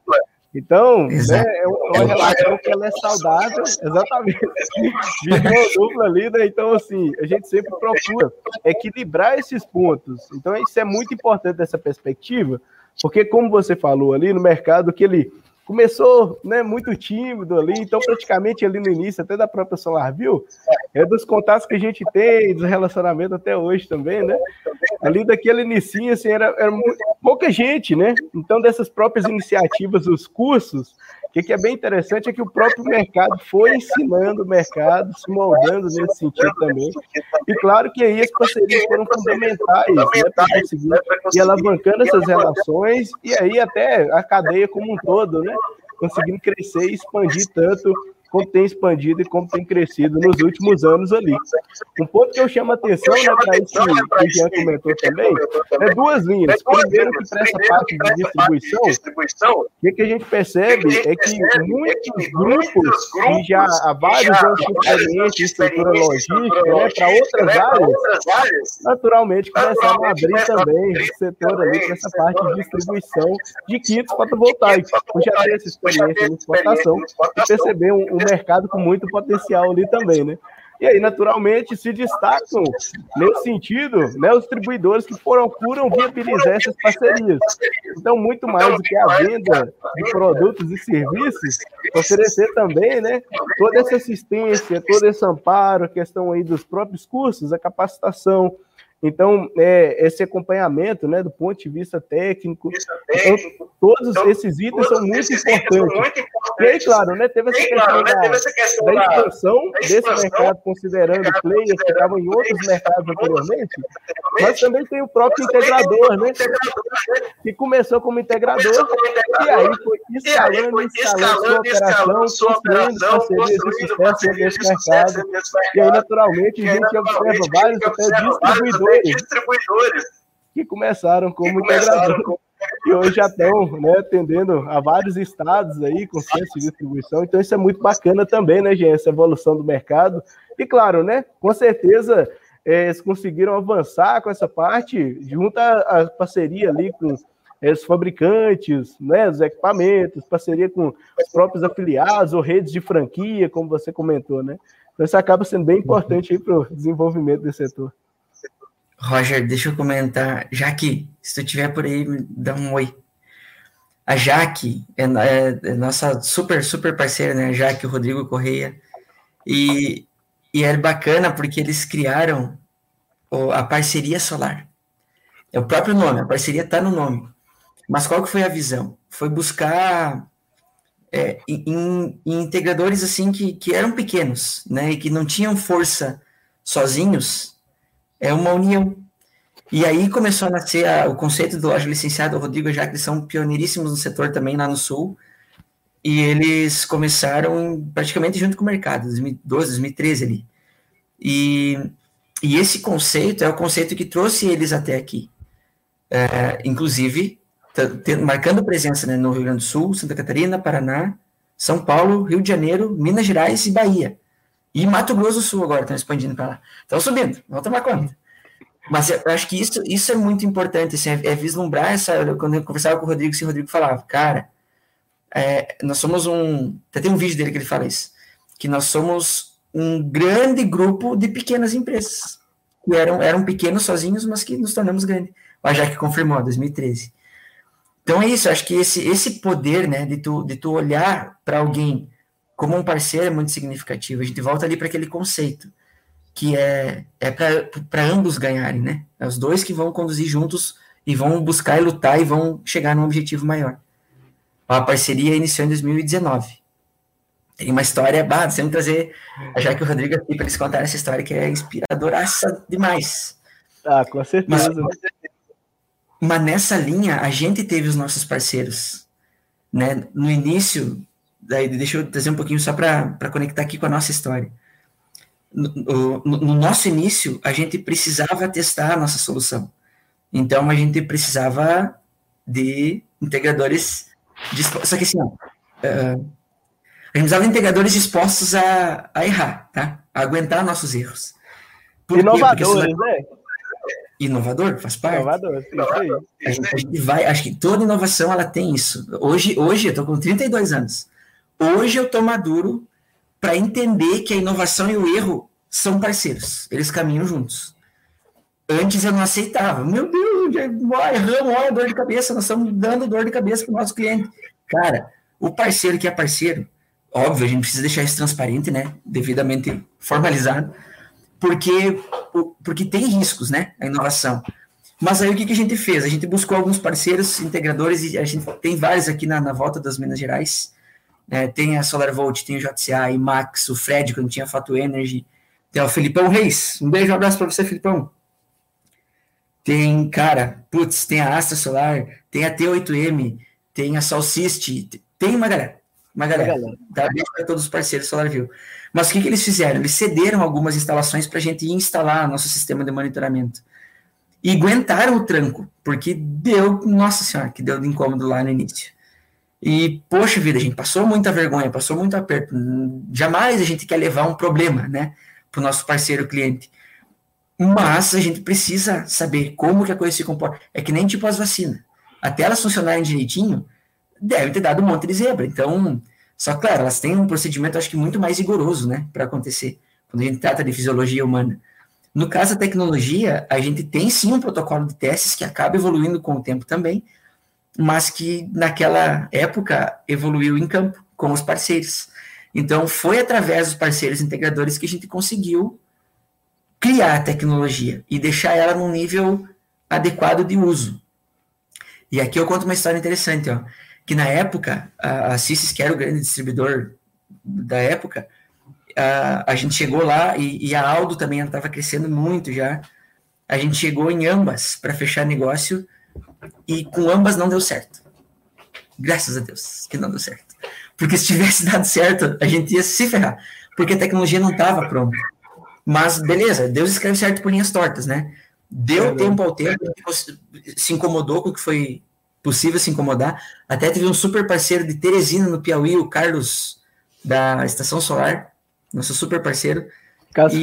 Então, né, é uma relação que ela é saudável, exatamente, de mão dupla ali, né? Então, assim, a gente sempre procura equilibrar esses pontos. Então, isso é muito importante dessa perspectiva, porque, como você falou ali, no mercado que ele começou, né, muito tímido ali, então praticamente ali no início, até da própria SolarView, dos contatos que a gente tem, dos relacionamentos até hoje também, né? Ali daquele inicinho, assim, era pouca gente, né? Então, dessas próprias iniciativas, os cursos, o que é bem interessante é que o próprio mercado foi ensinando o mercado, se moldando nesse sentido também. E claro que aí as parcerias foram fundamentais, né, para conseguir ir alavancando essas relações e aí até a cadeia como um todo, né, conseguindo crescer e expandir tanto como tem expandido e como tem crescido nos últimos anos ali. Um ponto que eu chamo a atenção, né, para isso que o Jean comentou também, é duas linhas. Primeiro, que para essa parte de distribuição, o que a gente percebe é que muitos grupos que já há vários anos de experiência em estrutura logística, né, para outras áreas, naturalmente começaram a abrir também o setor ali para essa parte de distribuição de kits fotovoltaicos, por já ter essa experiência em exportação e perceber um mercado com muito potencial ali também, né? E aí, naturalmente, se destacam nesse sentido, né, os distribuidores que procuram viabilizar essas parcerias. Então, muito mais do que a venda de produtos e serviços, oferecer também, né, toda essa assistência, todo esse amparo, a questão aí dos próprios cursos, a capacitação. Então, esse acompanhamento, né, do ponto de vista técnico, então, todos esses itens são muito importantes. E aí, claro, né, teve essa questão da expansão desse mercado, considerando players que estavam em outros mercados anteriormente, mas também tem o próprio integrador, né, que começou como integrador, e aí foi escalando sua operação, construindo parcerias de sucesso nesse mercado. E aí, naturalmente, a gente observa vários até distribuidores que começaram como integrador e hoje já estão, né, atendendo a vários estados aí com centros de distribuição. Então isso é muito bacana também, né, gente, essa evolução do mercado. E claro, né, com certeza eles conseguiram avançar com essa parte junto à parceria ali com os fabricantes, né, os equipamentos, parceria com os próprios afiliados ou redes de franquia, como você comentou, né. Então isso acaba sendo bem importante para o desenvolvimento desse setor. Roger, deixa eu comentar. Jaque, se tu estiver por aí, me dá um oi. A Jaque é nossa super parceira, né? A Jaque e o Rodrigo Correia. E é bacana porque eles criaram a parceria solar. É o próprio nome, a parceria está no nome. Mas qual que foi a visão? Foi buscar em integradores assim que eram pequenos, né? E que não tinham força sozinhos. É uma união. E aí começou a nascer o conceito do loja licenciada. O Rodrigo e a Jaque são pioneiríssimos no setor também lá no Sul. E eles começaram praticamente junto com o mercado, 2012, 2013 ali. E esse conceito é o conceito que trouxe eles até aqui. Inclusive, marcando presença, né, no Rio Grande do Sul, Santa Catarina, Paraná, São Paulo, Rio de Janeiro, Minas Gerais e Bahia. E Mato Grosso do Sul agora estão expandindo para lá. Estão subindo, vamos tomar conta. Mas eu acho que isso é muito importante, assim, vislumbrar essa... Quando eu conversava com o Rodrigo, o Rodrigo falava, cara, nós somos até tem um vídeo dele que ele fala isso, que nós somos um grande grupo de pequenas empresas, que eram pequenos sozinhos, mas que nos tornamos grandes. A Jaque confirmou, 2013. Então é isso, acho que esse poder, né, de tu olhar para alguém como um parceiro é muito significativo. A gente volta ali para aquele conceito, que é para ambos ganharem, né? É os dois que vão conduzir juntos e vão buscar e lutar e vão chegar num objetivo maior. A parceria iniciou em 2019. Tem uma história, sempre trazer, já que o Rodrigo aqui, para eles contarem essa história que é inspiradoraça demais. Ah, com certeza. Mas nessa linha, a gente teve os nossos parceiros, né? No início, daí deixa eu trazer um pouquinho só para conectar aqui com a nossa história. No nosso início, a gente precisava testar a nossa solução. Então, a gente precisava de integradores dispostos. Só que assim, a gente precisava de integradores dispostos a errar, tá? A aguentar nossos erros. Inovadores, né? Inovador, faz parte. Inovador, a gente vai, acho que toda inovação ela tem isso. Hoje eu tô com 32 anos. Hoje eu tô maduro para entender que a inovação e o erro são parceiros. Eles caminham juntos. Antes eu não aceitava. Meu Deus, erramos, olha, dor de cabeça, nós estamos dando dor de cabeça para o nosso cliente. Cara, o parceiro que é parceiro, óbvio, a gente precisa deixar isso transparente, né? Devidamente formalizado. Porque tem riscos, né, a inovação. Mas aí o que a gente fez? A gente buscou alguns parceiros integradores, e a gente tem vários aqui na volta das Minas Gerais, tem a SolarVolt, tem o JCA, a Max, o Fred, quando tinha a Fato Energy, tem o Felipão Reis, um beijo, um abraço para você, Felipão. Tem, cara, tem a Astra Solar, tem a T8M, tem a Solsist, tem uma galera. Tá? Beijo para todos os parceiros SolarView. Mas o que eles fizeram? Eles cederam algumas instalações para a gente instalar nosso sistema de monitoramento. E aguentaram o tranco, porque nossa senhora, que deu de incômodo lá no início. E, poxa vida, a gente passou muita vergonha, passou muito aperto. Jamais a gente quer levar um problema, né, para o nosso parceiro cliente. Mas a gente precisa saber como que a coisa se comporta. É que nem tipo as vacinas. Até elas funcionarem direitinho, deve ter dado um monte de zebra. Então, só claro, elas têm um procedimento, acho que muito mais rigoroso, né, para acontecer, quando a gente trata de fisiologia humana. No caso da tecnologia, a gente tem sim um protocolo de testes que acaba evoluindo com o tempo também, mas que naquela época evoluiu em campo, com os parceiros. Então, foi através dos parceiros integradores que a gente conseguiu criar a tecnologia e deixar ela num nível adequado de uso. E aqui eu conto uma história interessante, que na época, a Sysys, que era o grande distribuidor da época, a gente chegou lá, e a Aldo também estava crescendo muito já, a gente chegou em ambas para fechar negócio, e com ambas não deu certo. Graças a Deus que não deu certo. Porque se tivesse dado certo, a gente ia se ferrar, porque a tecnologia não estava pronta. Mas, beleza, Deus escreve certo por linhas tortas, né? Deu tempo ao tempo, se incomodou com o que foi possível se incomodar. Até teve um super parceiro de Teresina, no Piauí, o Carlos, da Estação Solar, nosso super parceiro. Carlos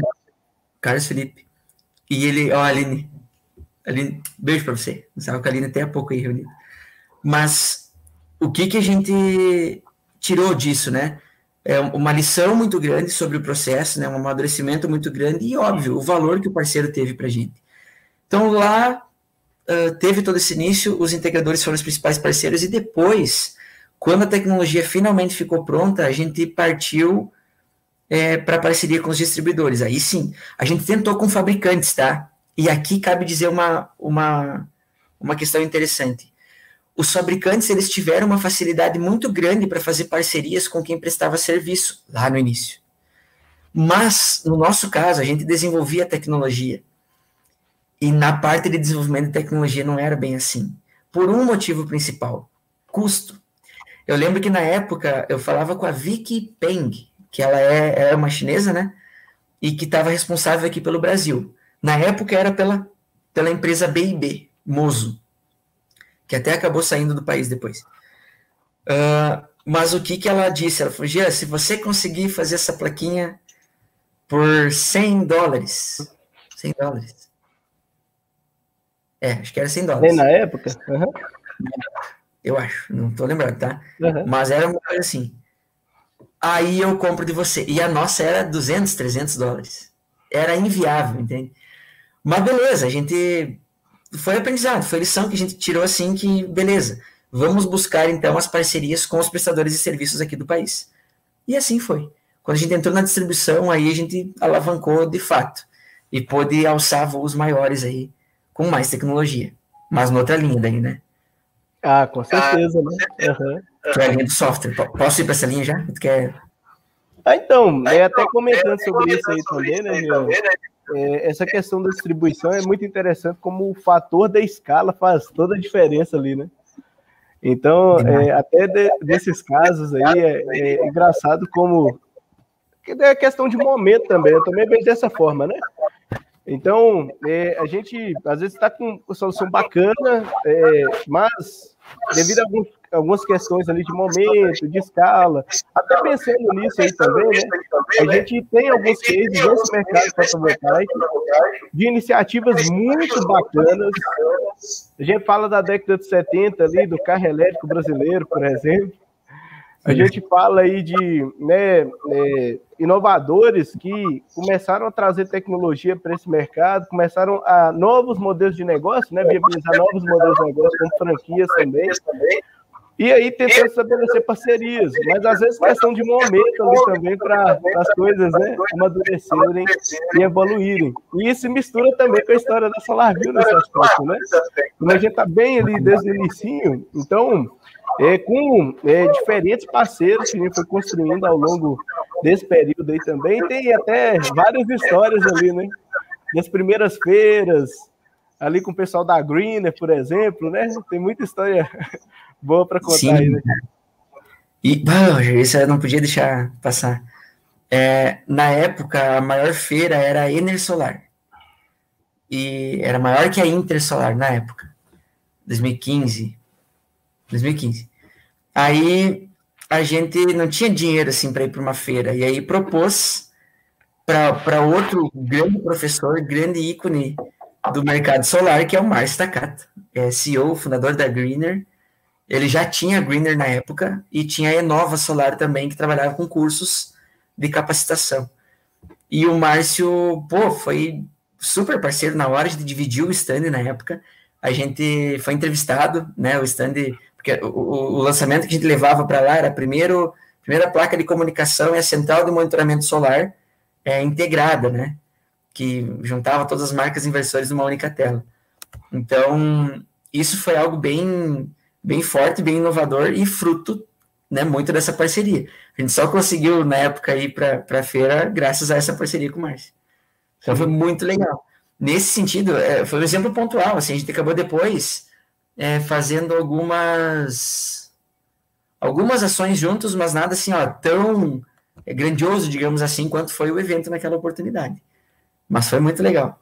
Felipe. E ele, Aline, beijo pra você. Não sabe que a Aline até há pouco aí reunido. Mas o que a gente tirou disso, né? É uma lição muito grande sobre o processo, né? Um amadurecimento muito grande e, óbvio, o valor que o parceiro teve pra gente. Então, lá teve todo esse início, os integradores foram os principais parceiros, e depois, quando a tecnologia finalmente ficou pronta, a gente partiu para parceria com os distribuidores. Aí sim, a gente tentou com fabricantes, tá? E aqui cabe dizer uma questão interessante. Os fabricantes, eles tiveram uma facilidade muito grande para fazer parcerias com quem prestava serviço lá no início. Mas, no nosso caso, a gente desenvolvia a tecnologia. E na parte de desenvolvimento de tecnologia não era bem assim. Por um motivo principal: custo. Eu lembro que na época eu falava com a Vicky Peng, que ela é uma chinesa, né? E que estava responsável aqui pelo Brasil. Na época era pela empresa B&B, Mozo, que até acabou saindo do país depois. Mas o que ela disse? Ela falou: Gia, se você conseguir fazer essa plaquinha por $100, acho que era $100. Nem na época? Uhum. Eu acho, não tô lembrando, tá? Uhum. Mas era uma coisa assim. Aí eu compro de você. E a nossa era $200, $300. Era inviável, entende? Mas beleza, a gente... Foi aprendizado, foi lição que a gente tirou assim que, beleza, vamos buscar então as parcerias com os prestadores de serviços aqui do país. E assim foi. Quando a gente entrou na distribuição, aí a gente alavancou de fato e pôde alçar voos maiores aí, com mais tecnologia. Mas noutra linha daí, né? Ah, com certeza, né? Uhum. Que é a linha do software. Posso ir para essa linha já? Tu quer... Então, até comentando sobre isso aí também, né, Jean? Essa questão da distribuição é muito interessante, como o fator da escala faz toda a diferença ali, né? Então, até desses casos aí, é engraçado como... É questão de momento também, eu também vejo dessa forma, né? Então, a gente, às vezes, está com uma solução bacana, mas, devido a algumas questões ali de momento, de escala, até pensando nisso aí também, né? A gente tem alguns cases nesse mercado fotovoltaico de iniciativas muito bacanas. A gente fala da década de 70 ali, do carro elétrico brasileiro, por exemplo. A gente fala aí de inovadores que começaram a trazer tecnologia para esse mercado, começaram a novos modelos de negócio, né, viabilizar novos modelos de negócio, como franquias também, e aí tentando estabelecer parcerias, mas às vezes questão de momento ali também para as coisas, né, amadurecerem e evoluírem. E isso se mistura também com a história da SolarView nesse aspecto, né? Quando a gente está bem ali desde o inicinho, então... com diferentes parceiros que a gente foi construindo ao longo desse período aí também, tem até várias histórias ali, né? Das primeiras feiras, ali com o pessoal da Greener, por exemplo, né? Tem muita história boa para contar. Sim. Aí, né? E, isso eu não podia deixar passar. Na época, a maior feira era a Enersolar. E era maior que a Intersolar na época, 2015. Aí a gente não tinha dinheiro assim para ir para uma feira, e aí propôs para outro grande professor, grande ícone do mercado solar, que é o Márcio Takata, CEO, fundador da Greener. Ele já tinha a Greener na época e tinha a Enova Solar também, que trabalhava com cursos de capacitação. E o Márcio, foi super parceiro na hora, a gente dividiu o stand na época, a gente foi entrevistado, né, o stand... Porque o lançamento que a gente levava para lá era a primeira placa de comunicação e a central de monitoramento solar integrada, né? Que juntava todas as marcas inversores numa única tela. Então, isso foi algo bem, bem forte, bem inovador e fruto, né, muito dessa parceria. A gente só conseguiu, na época, ir para a feira graças a essa parceria com o Márcio. Então, foi muito legal. Nesse sentido, foi um exemplo pontual. Assim, a gente acabou depois... fazendo algumas ações juntos, mas nada assim, tão grandioso, digamos assim, quanto foi o evento naquela oportunidade. Mas foi muito legal.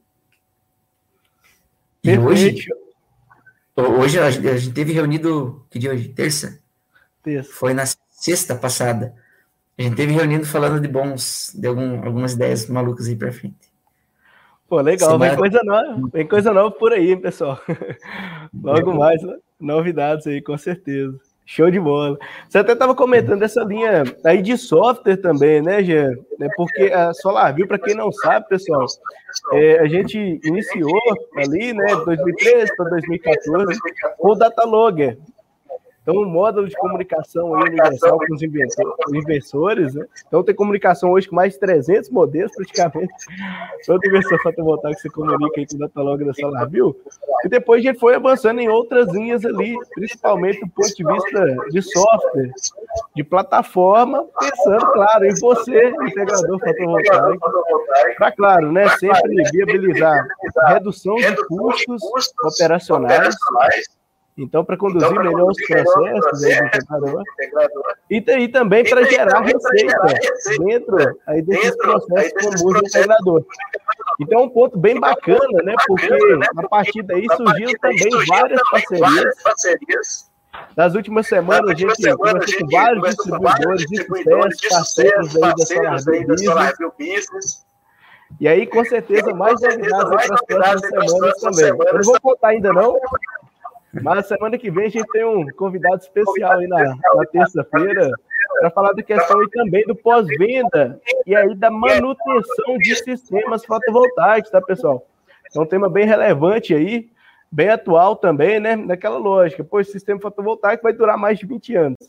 E hoje a gente teve reunido, que dia hoje? Terça? Foi na sexta passada. A gente teve reunido falando de algumas ideias malucas aí pra frente. Pô, legal, vem coisa nova por aí, hein, pessoal. Logo mais, né? Novidades aí, com certeza. Show de bola. Você até estava comentando essa linha aí de software também, né, Jean? Porque a SolarView, para quem não sabe, pessoal, a gente iniciou ali, né, 2013 para 2014, com o Datalogger. Então, um módulo de comunicação aí universal com os inversores, né? Então, tem comunicação hoje com mais de 300 modelos, praticamente. Todo inversor fotovoltaico que você comunica aí com o Datalogger da SolarView. E depois a gente foi avançando em outras linhas ali, principalmente do ponto de vista de software, de plataforma, pensando, claro, em você, integrador fotovoltaico, para, claro, né, sempre viabilizar redução de custos operacionais. Então, para conduzir melhor os processos aí do integrador, e também para gerar receita dentro aí desses processos comuns do integrador. Então, é um ponto bem bacana, né? Porque a partir daí surgiram também várias parcerias. Nas últimas semanas, a gente conversou com vários distribuidores de sucesso, parceiros aí da SolarView Business. E aí, com certeza, mais novidades para as próximas semanas também. Eu não vou contar ainda não, mas na semana que vem a gente tem um convidado especial aí na terça-feira para falar da questão aí também do pós-venda e aí da manutenção de sistemas fotovoltaicos, tá, pessoal? É um tema bem relevante aí, bem atual também, né? Naquela lógica, esse sistema fotovoltaico vai durar mais de 20 anos.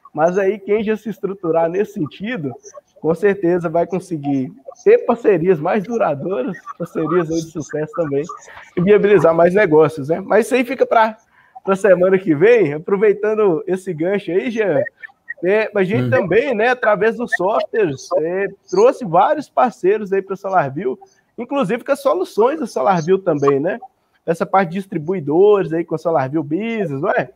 Mas aí quem já se estruturar nesse sentido, com certeza vai conseguir ter parcerias mais duradouras, parcerias aí de sucesso também, e viabilizar mais negócios, né? Mas isso aí fica para a semana que vem, aproveitando esse gancho aí, Jean. A gente também, né, através dos softwares, trouxe vários parceiros aí para a SolarView, inclusive com as soluções da SolarView também, né? Essa parte de distribuidores aí com a SolarView Business, não é?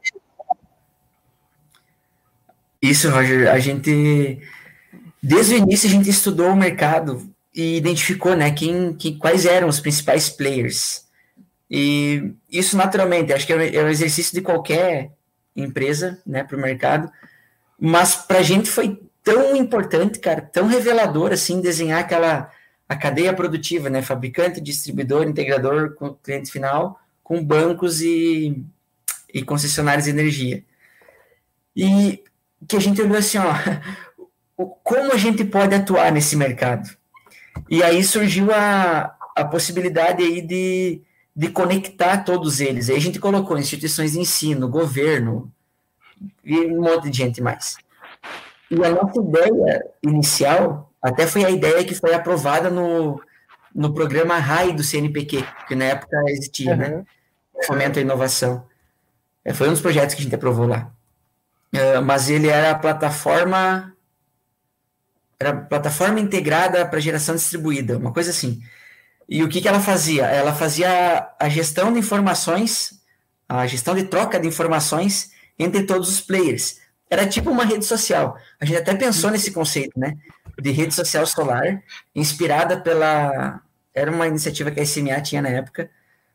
Isso, Roger. A gente, desde o início, a gente estudou o mercado e identificou, né, quais eram os principais players. E isso, naturalmente, acho que é um exercício de qualquer empresa, né, para o mercado. Mas para a gente foi tão importante, cara, tão revelador, assim, desenhar a cadeia produtiva, né, fabricante, distribuidor, integrador, com cliente final, com bancos e concessionários de energia. E que a gente olhou assim, ó, como a gente pode atuar nesse mercado? E aí surgiu a possibilidade aí de conectar todos eles. Aí a gente colocou instituições de ensino, governo, e um monte de gente mais. E a nossa ideia inicial, até foi a ideia que foi aprovada no programa RAI do CNPq, que na época existia, né? Fomento à inovação. Foi um dos projetos que a gente aprovou lá. Mas ele era a plataforma integrada para geração distribuída, uma coisa assim. E o que ela fazia? Ela fazia a gestão de informações, a gestão de troca de informações entre todos os players. Era tipo uma rede social. A gente até pensou nesse conceito, né? De rede social solar, inspirada era uma iniciativa que a SMA tinha na época.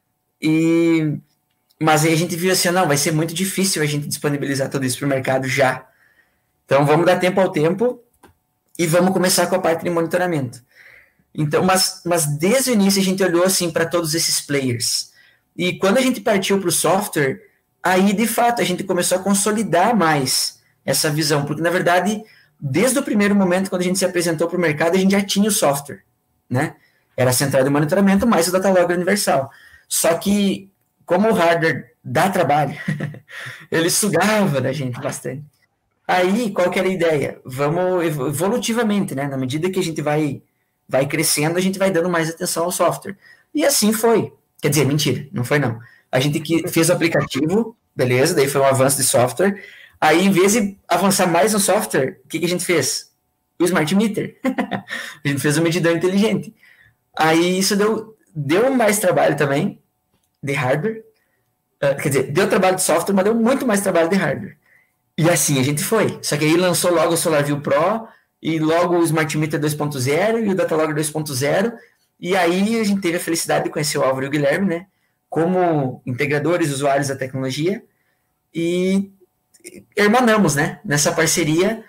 Mas aí a gente viu assim, não, vai ser muito difícil a gente disponibilizar tudo isso para o mercado já. Então, vamos dar tempo ao tempo e vamos começar com a parte de monitoramento. Então, mas desde o início a gente olhou assim para todos esses players. E quando a gente partiu para o software, aí, de fato, a gente começou a consolidar mais essa visão, porque, na verdade, desde o primeiro momento, quando a gente se apresentou para o mercado, a gente já tinha o software, né? Era a central de monitoramento mais o Datalog Universal. Só que, como o hardware dá trabalho, ele sugava da gente bastante. Aí, qual que era a ideia? Vamos evolutivamente, né? Na medida que a gente vai crescendo, a gente vai dando mais atenção ao software. E assim foi. Quer dizer, mentira, não foi não. A gente fez o aplicativo, beleza, daí foi um avanço de software. Aí, em vez de avançar mais no software, o que a gente fez? O Smart Meter. A gente fez um medidor inteligente. Aí, isso deu mais trabalho também de hardware. Quer dizer, deu trabalho de software, mas deu muito mais trabalho de hardware. E assim a gente foi. Só que aí lançou logo o SolarView Pro, e logo o Smart Meter 2.0 e o Datalog 2.0. E aí a gente teve a felicidade de conhecer o Álvaro e o Guilherme, né? Como integradores, usuários da tecnologia. E hermanamos, né? Nessa parceria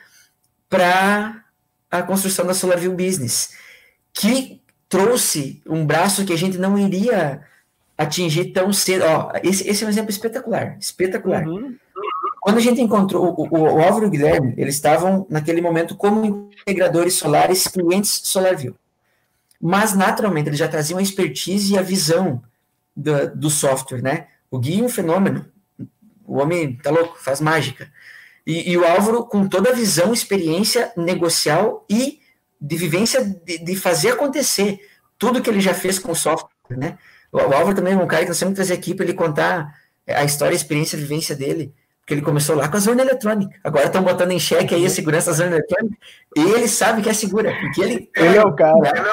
para a construção da SolarView Business, que trouxe um braço que a gente não iria atingir tão cedo. Ó, esse é um exemplo espetacular. Espetacular. Quando a gente encontrou o Álvaro e o Guilherme, eles estavam, naquele momento, como integradores solares, clientes SolarView. Mas, naturalmente, eles já traziam a expertise e a visão do software, né? O Gui é um fenômeno. O homem tá louco, faz mágica. E o Álvaro, com toda a visão, experiência negocial e de vivência de fazer acontecer tudo que ele já fez com o software, né? O Álvaro também é um cara que nós temos que trazer aqui para ele contar a história, a experiência, a vivência dele. Porque ele começou lá com a urnas eletrônicas. Agora estão botando em xeque aí a segurança das urnas eletrônicas. E ele sabe que é segura. Porque ele é o cara.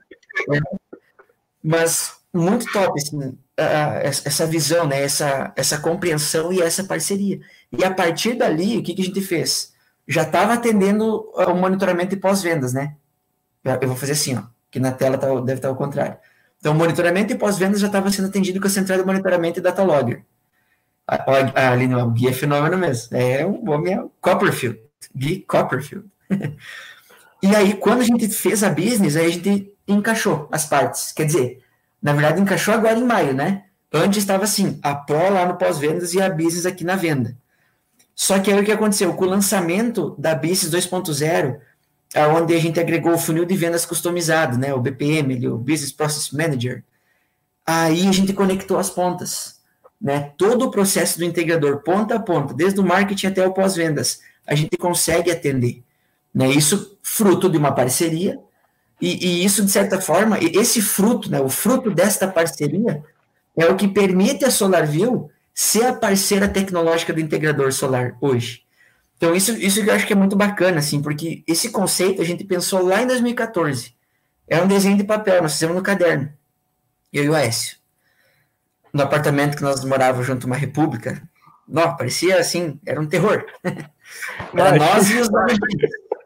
Mas muito top, assim, essa visão, né? Essa compreensão e essa parceria. E a partir dali, o que a gente fez? Já estava atendendo o monitoramento de pós-vendas, né? Eu vou fazer assim, ó, que na tela deve estar ao contrário. Então, o monitoramento de pós-vendas já estava sendo atendido com a central de monitoramento e Datalogger. Ali não, o Gui é fenômeno mesmo. O homem é Copperfield. Gui Copperfield. E aí, quando a gente fez a business, aí a gente encaixou as partes. Quer dizer, na verdade, encaixou agora em maio, né? Antes estava assim, a Pro lá no pós-vendas e a business aqui na venda. Só que aí o que aconteceu? Com o lançamento da business 2.0, onde a gente agregou o funil de vendas customizado, né? O BPM, o Business Process Manager. Aí a gente conectou as pontas. Né, todo o processo do integrador, ponta a ponta, desde o marketing até o pós-vendas, a gente consegue atender, né? Isso fruto de uma parceria, e isso, de certa forma, esse fruto, né, o fruto desta parceria é o que permite a SolarView ser a parceira tecnológica do integrador solar hoje. Então, isso que eu acho que é muito bacana, assim, porque esse conceito a gente pensou lá em 2014. Era um desenho de papel, nós fizemos no caderno, eu e o Aécio. No apartamento que nós morávamos junto, uma república. Não, parecia assim, era um terror. Era nós e os amigos.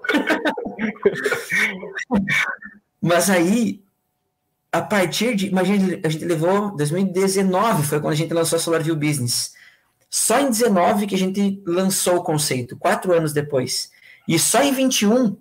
Mas aí, a partir de... Imagina, a gente levou... 2019 foi quando a gente lançou a SolarView Business. Só em 19 que a gente lançou o conceito, 4 anos depois. E só em 21,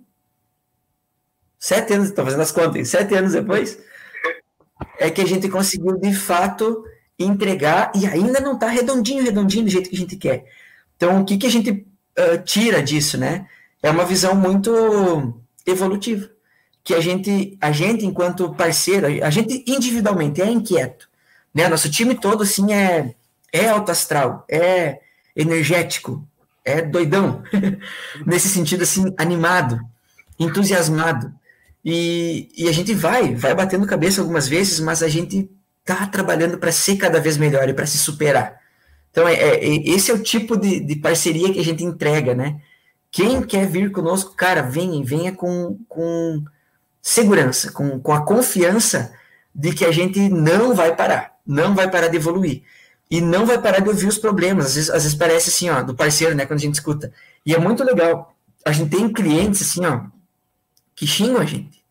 7 anos, estou fazendo as contas, 7 anos depois, é que a gente conseguiu, de fato, entregar, e ainda não está redondinho do jeito que a gente quer. Então, o que a gente tira disso, né? É uma visão muito evolutiva, que a gente enquanto parceiro, a gente individualmente é inquieto, né? Nosso time todo, assim, é alto astral, é energético, é doidão, nesse sentido, assim, animado, entusiasmado, e a gente vai batendo cabeça algumas vezes, mas a gente tá trabalhando para ser cada vez melhor e para se superar. Então, esse é o tipo de parceria que a gente entrega, né? Quem quer vir conosco, cara, venha com segurança, com a confiança de que a gente não vai parar de evoluir, e não vai parar de ouvir os problemas. Às vezes parece assim, ó, do parceiro, né, quando a gente escuta. E é muito legal. A gente tem clientes, assim, ó, que xingam a gente.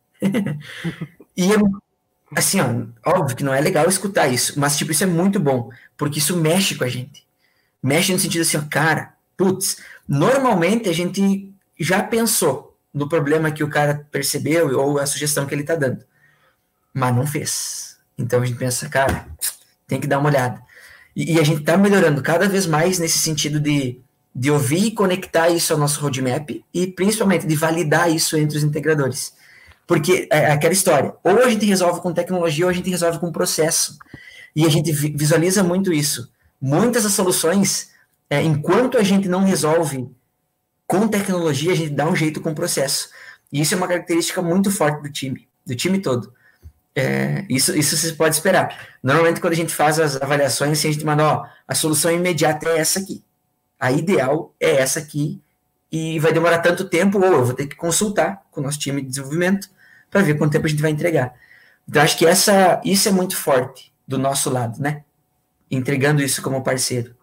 E é assim, ó, óbvio que não é legal escutar isso, mas, tipo, isso é muito bom, porque isso mexe com a gente. Mexe no sentido assim, ó, cara, putz, normalmente a gente já pensou no problema que o cara percebeu ou a sugestão que ele tá dando, mas não fez. Então a gente pensa, cara, tem que dar uma olhada. E a gente tá melhorando cada vez mais nesse sentido de ouvir e conectar isso ao nosso roadmap e, principalmente, de validar isso entre os integradores. Porque é aquela história, ou a gente resolve com tecnologia ou a gente resolve com processo. E a gente visualiza muito isso. Muitas das soluções, enquanto a gente não resolve com tecnologia, a gente dá um jeito com o processo. E isso é uma característica muito forte do time todo. Isso você pode esperar. Normalmente, quando a gente faz as avaliações, assim, a gente manda, ó, a solução imediata é essa aqui. A ideal é essa aqui, e vai demorar tanto tempo, ou eu vou ter que consultar com o nosso time de desenvolvimento para ver quanto tempo a gente vai entregar. Então, acho que isso é muito forte do nosso lado, né? Entregando isso como parceiro.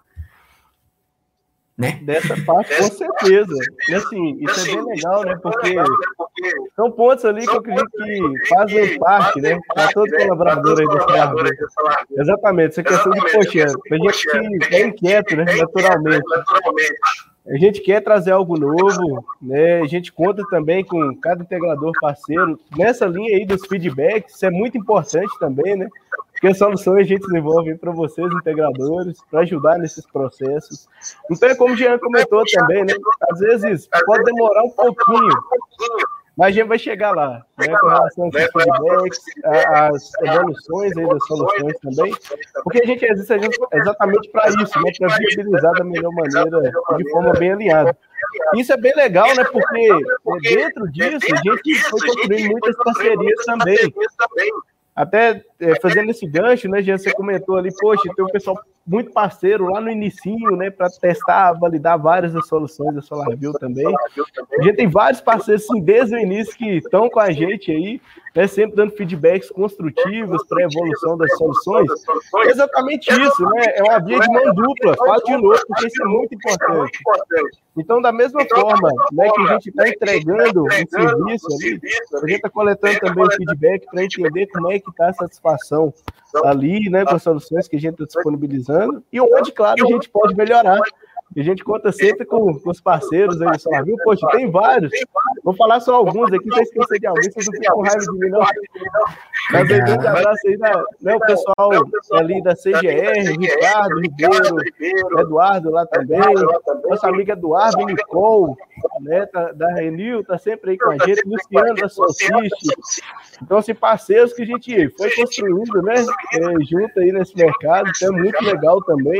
Né? Dessa parte, com certeza. E assim, isso é bem legal, né? Porque são pontos ali que eu acredito que fazem parte, né? Para todo colaborador aí desse lado. Exatamente, essa questão de, poxa, a gente que é inquieto, né? Naturalmente. A gente quer trazer algo novo, né? A gente conta também com cada integrador parceiro. Nessa linha aí dos feedbacks, isso é muito importante também, né? Porque as soluções a gente desenvolve para vocês, integradores, para ajudar nesses processos. Então, é como o Jean comentou também, né? Às vezes pode demorar um pouquinho, mas a gente vai chegar lá, né? Com relação aos feedbacks, às evoluções aí das soluções também, porque a gente existe exatamente para isso, né? Para viabilizar da melhor maneira, de forma bem alinhada. Isso é bem legal, né? Porque dentro disso a gente foi construindo muitas parcerias também. Até fazendo esse gancho, né, Jean, você comentou ali, poxa, tem um pessoal muito parceiro lá no inicinho, né, para testar, validar várias das soluções da SolarView também. A gente tem vários parceiros, assim, desde o início que estão com a gente aí, né, sempre dando feedbacks construtivos para a evolução das soluções. É exatamente isso, né, é uma via de mão dupla, falo de novo, porque isso é muito importante. Então, da mesma forma, né, que a gente está entregando um serviço ali, a gente está coletando também o feedback para entender como é que está a satisfação ali, né, com as soluções que a gente está disponibilizando e onde, claro, a gente pode melhorar. E a gente conta sempre com os parceiros aí do SolarView. Poxa, tem vários. Vou falar só alguns aqui, se eu esquecer de alguém, vocês não ficam com raiva de mim, não. Mas aí, grande abraço aí, né, o pessoal ali da CGR, Ricardo Ribeiro, Eduardo lá também, nossa amiga Eduardo, Nicole, né, da Renil, tá sempre aí com a gente, Luciano da Solciste. Então, assim, parceiros que a gente foi construindo, né, junto aí nesse mercado, então é muito legal também.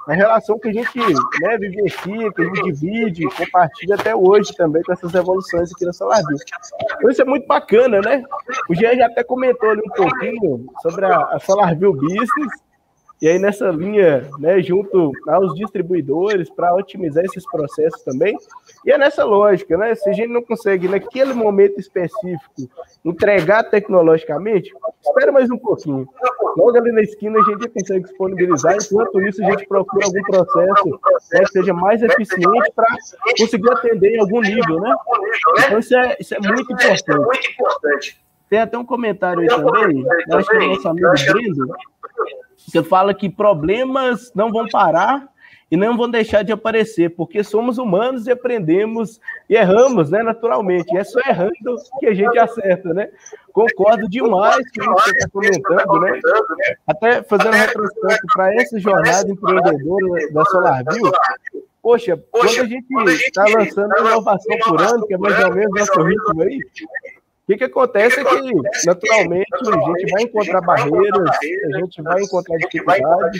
a relação que a gente, né, vivencia, que a gente divide, compartilha até hoje também com essas evoluções aqui na SolarView. Então isso é muito bacana, né? O Jean já até comentou ali um pouquinho sobre a SolarView Business, e aí nessa linha, né, junto aos distribuidores, para otimizar esses processos também. E é nessa lógica, né? Se a gente não consegue, naquele momento específico, entregar tecnologicamente, espera mais um pouquinho. Logo ali na esquina a gente consegue disponibilizar, enquanto isso a gente procura algum processo, né, que seja mais eficiente para conseguir atender em algum nível, né? Então isso é muito importante. Tem até um comentário aí também, eu acho que é o nosso amigo Brendo, você fala que problemas não vão parar e não vão deixar de aparecer, porque somos humanos e aprendemos e erramos, né, naturalmente. E é só errando que a gente acerta, né? Concordo demais com o que você está comentando, né? Até fazendo retrospecto para essa jornada empreendedora da SolarView, poxa, quando a gente está lançando uma inovação por ano, que é mais ou menos nosso ritmo aí, o que acontece é que, naturalmente, a gente vai encontrar barreiras, a gente vai encontrar dificuldades,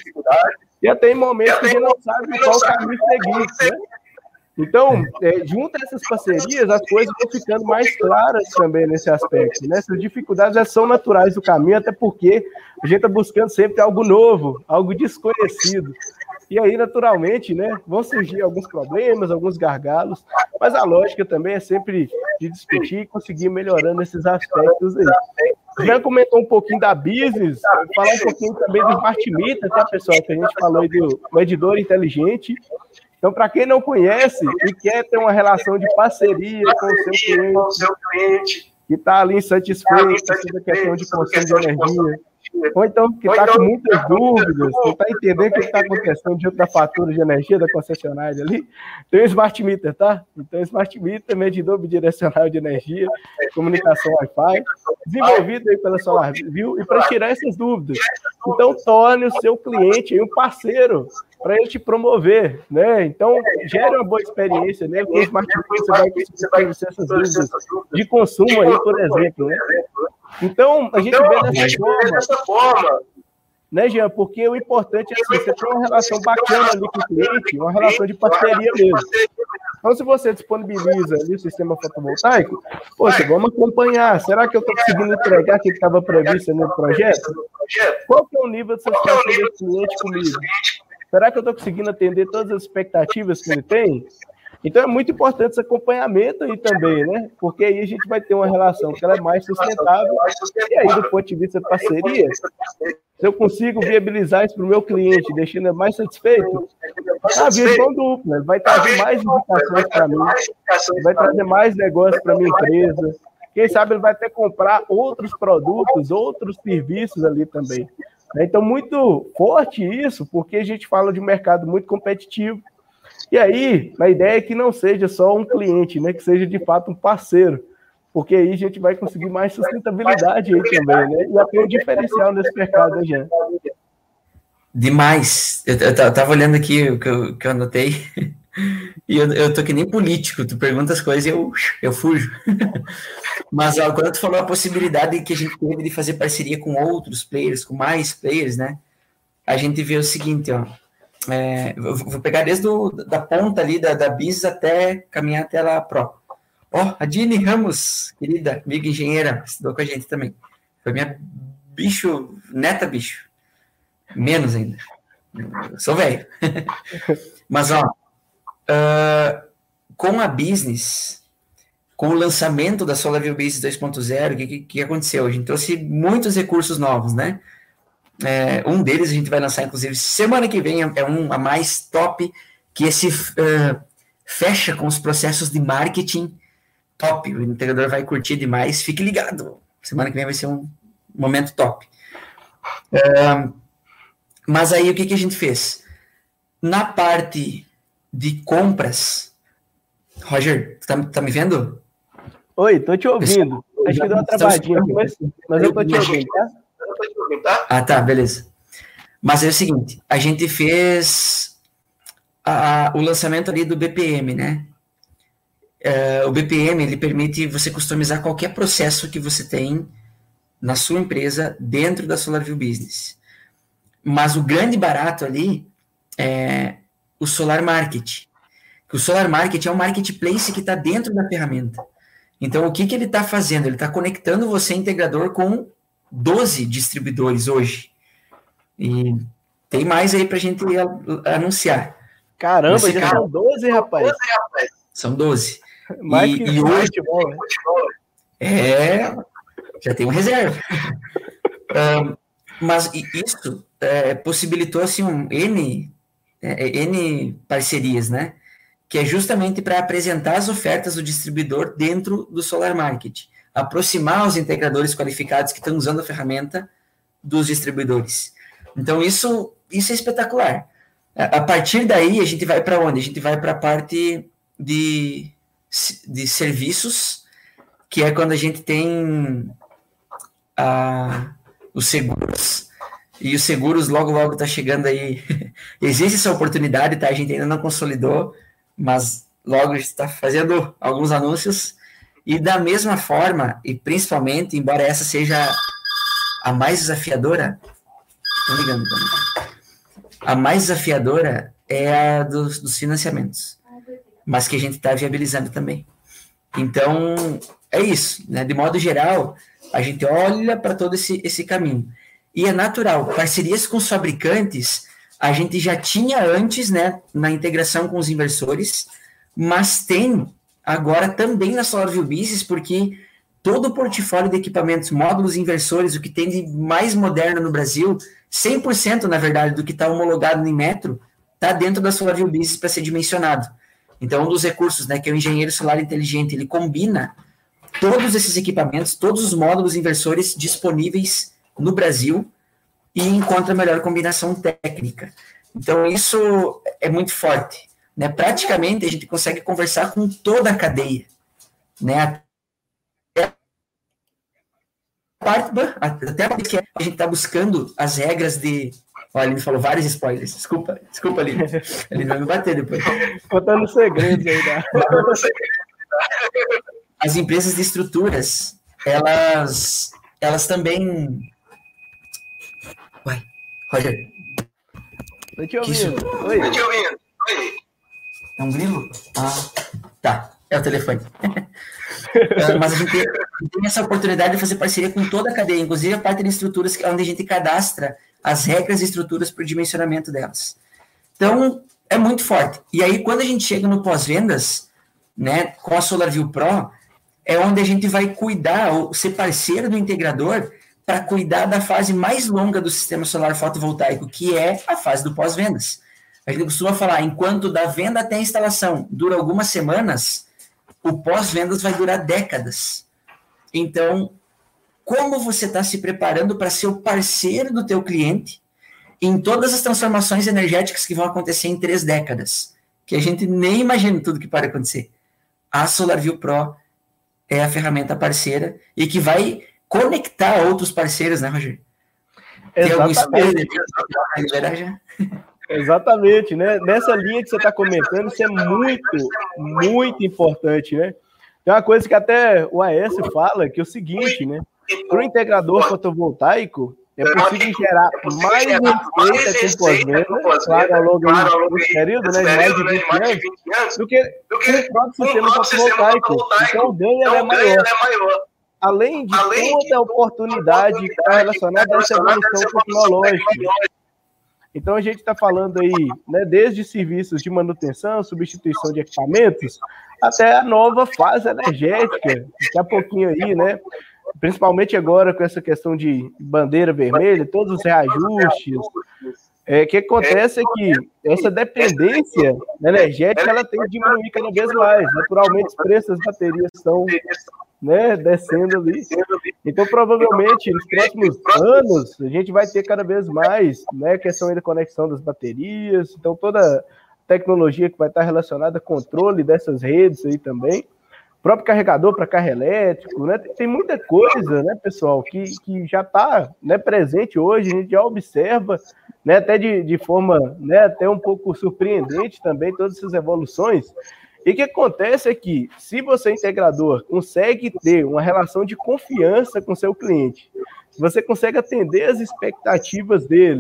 e até em momentos que a gente não sabe qual caminho seguir, né? Então, junto a essas parcerias, as coisas vão ficando mais claras também nesse aspecto, né? Essas dificuldades são naturais do caminho, até porque a gente está buscando sempre algo novo, algo desconhecido. E aí, naturalmente, né, vão surgir alguns problemas, alguns gargalos, mas a lógica também é sempre de discutir e conseguir melhorando esses aspectos aí. Já comentou um pouquinho da business, falar um pouquinho também do Smart Meter, tá, pessoal? Que a gente falou aí do medidor inteligente. Então, para quem não conhece e quer ter uma relação de parceria com o seu cliente, que está ali insatisfeito com a questão de consumo de energia, ou então que está com muitas dúvidas, não está entendendo o que está acontecendo diante da fatura de energia da concessionária ali, tem o Smart Meter, tá? Então, o Smart Meter, medidor bidirecional de energia, comunicação Wi-Fi, desenvolvido aí pela SolarView, e para tirar essas dúvidas. Então, torne o seu cliente aí um parceiro para ele te promover, né? Então, gere uma boa experiência, né? Com o Smart Meter você vai conseguir vencer essas dúvidas de consumo aí, por exemplo, né? Então, a gente vê dessa forma, né, Jean? Porque o importante é assim, você ter uma relação bacana ali com o cliente, uma relação de parceria mesmo. Então, se você disponibiliza ali o sistema fotovoltaico, poxa, vamos acompanhar. Será que eu estou conseguindo entregar aquilo que estava previsto no projeto? Qual que é o nível de satisfação desse cliente comigo? Será que eu estou conseguindo atender todas as expectativas que ele tem? Então é muito importante esse acompanhamento aí também, né? Porque aí a gente vai ter uma relação que ela é mais sustentável, e aí do ponto de vista de parceria, se eu consigo viabilizar isso para o meu cliente, deixando ele mais satisfeito, a visão dupla, ele vai trazer mais indicações para mim, vai trazer mais negócios para a minha empresa, quem sabe ele vai até comprar outros produtos, outros serviços ali também. Então muito forte isso, porque a gente fala de um mercado muito competitivo. E aí, a ideia é que não seja só um cliente, né? Que seja de fato um parceiro, porque aí a gente vai conseguir mais sustentabilidade aí também, né? E até um diferencial nesse mercado, né, Jean? Demais. Eu tava olhando aqui o que eu anotei, e eu tô que nem político, tu pergunta as coisas e eu fujo. Mas ó, quando tu falou a possibilidade que a gente teve de fazer parceria com outros players, com mais players, né? A gente vê o seguinte, ó. Vou pegar desde da ponta ali da BIS até caminhar até lá Pro. Ó, a Dini Ramos, querida amiga engenheira, estudou com a gente também. Foi minha neta bicho. Menos ainda. Eu sou velho. Mas, ó, com a business, com o lançamento da SolarView Business 2.0, o que aconteceu? A gente trouxe muitos recursos novos, né? Um deles a gente vai lançar, inclusive, semana que vem, é a mais top, que esse fecha com os processos de marketing top. O integrador vai curtir demais, fique ligado. Semana que vem vai ser um momento top. Mas aí, o que a gente fez? Na parte de compras, Roger, tá me vendo? Oi, tô te ouvindo. Acho que deu uma travadinha aqui, mas eu tô te ouvindo, tá? Ah, tá, beleza. Mas é o seguinte, a gente fez o lançamento ali do BPM, né? O BPM, ele permite você customizar qualquer processo que você tem na sua empresa dentro da SolarView Business. Mas o grande barato ali o Solar Market. O Solar Market é um marketplace que está dentro da ferramenta. Então, o que ele está fazendo? Ele está conectando você, integrador, com 12 distribuidores hoje. E tem mais aí para a gente anunciar. Caramba, já são 12, rapaz. São 12. Mais que hoje, futebol, né? Já tem uma reserva. Mas isso possibilitou assim, N parcerias, né? Que é justamente para apresentar as ofertas do distribuidor dentro do Solar Market, aproximar os integradores qualificados que estão usando a ferramenta dos distribuidores. Então, isso é espetacular. A partir daí, a gente vai para onde? A gente vai para a parte de serviços, que é quando a gente tem os seguros, e os seguros logo está chegando aí. Existe essa oportunidade, tá? A gente ainda não consolidou, mas logo está fazendo alguns anúncios, e da mesma forma, e principalmente, embora essa seja a mais desafiadora, estão ligando para mim, a mais desafiadora é a dos financiamentos, mas que a gente está viabilizando também. Então, é isso, né? De modo geral, a gente olha para todo esse caminho. E é natural, parcerias com os fabricantes, a gente já tinha antes, né, na integração com os inversores, mas tem agora também na SolarView Business, porque todo o portfólio de equipamentos, módulos inversores, o que tem de mais moderno no Brasil, 100% na verdade do que está homologado no Inmetro, está dentro da SolarView Business para ser dimensionado. Então, um dos recursos, né, que é o engenheiro solar inteligente, ele combina todos esses equipamentos, todos os módulos inversores disponíveis no Brasil, e encontra a melhor combinação técnica. Então, isso é muito forte, né? Praticamente, a gente consegue conversar com toda a cadeia, né? Até porque a gente está buscando as regras de... Olha, ele falou vários spoilers. Desculpa, Aline. Ele vai me bater depois. Contando segredos aí, né? As empresas de estruturas, elas também... Uai, Roger. Tô te ouvindo. Oi. É um grilo? Tá. É o telefone. Mas a gente tem essa oportunidade de fazer parceria com toda a cadeia, inclusive a parte de estruturas, onde a gente cadastra as regras e estruturas para o dimensionamento delas. Então, é muito forte. E aí, quando a gente chega no pós-vendas, né, com a SolarView Pro, é onde a gente vai cuidar, ou ser parceiro do integrador, para cuidar da fase mais longa do sistema solar fotovoltaico, que é a fase do pós-vendas. A gente costuma falar, enquanto da venda até a instalação dura algumas semanas, o pós-vendas vai durar décadas. Então, como você está se preparando para ser o parceiro do teu cliente em todas as transformações energéticas que vão acontecer em 3 décadas, que a gente nem imagina tudo que pode acontecer. A SolarView Pro é a ferramenta parceira e que vai conectar outros parceiros, né, Roger? Exatamente. Exatamente, né? Nessa linha que você está comentando, isso é muito, muito importante, né? Tem uma coisa que até o AS fala, que é o seguinte, né? Para o integrador fotovoltaico, é possível gerar mais receita com pós-venda, claro, ao longo do período, né, de mais de 20 anos, do que o próprio sistema fotovoltaico. Então, o ganho é maior. Além de toda a oportunidade que está relacionada a essa evolução tecnológica. Então, a gente está falando aí, né, desde serviços de manutenção, substituição de equipamentos, até a nova fase energética, daqui a pouquinho aí, né? Principalmente agora com essa questão de bandeira vermelha, todos os reajustes. O que acontece é que essa dependência energética ela tem que diminuir cada vez mais. Naturalmente, os preços das baterias estão, né, descendo ali. Então, provavelmente, nos próximos anos, a gente vai ter cada vez mais, né, questão aí da conexão das baterias. Então, toda a tecnologia que vai estar relacionada ao controle dessas redes aí também. O próprio carregador para carro elétrico, né? Tem muita coisa, né, pessoal, que já está, né, presente hoje, a gente já observa, né, até de forma, né, até um pouco surpreendente também, todas essas evoluções. E o que acontece é que, se você, integrador, consegue ter uma relação de confiança com seu cliente, se você consegue atender as expectativas dele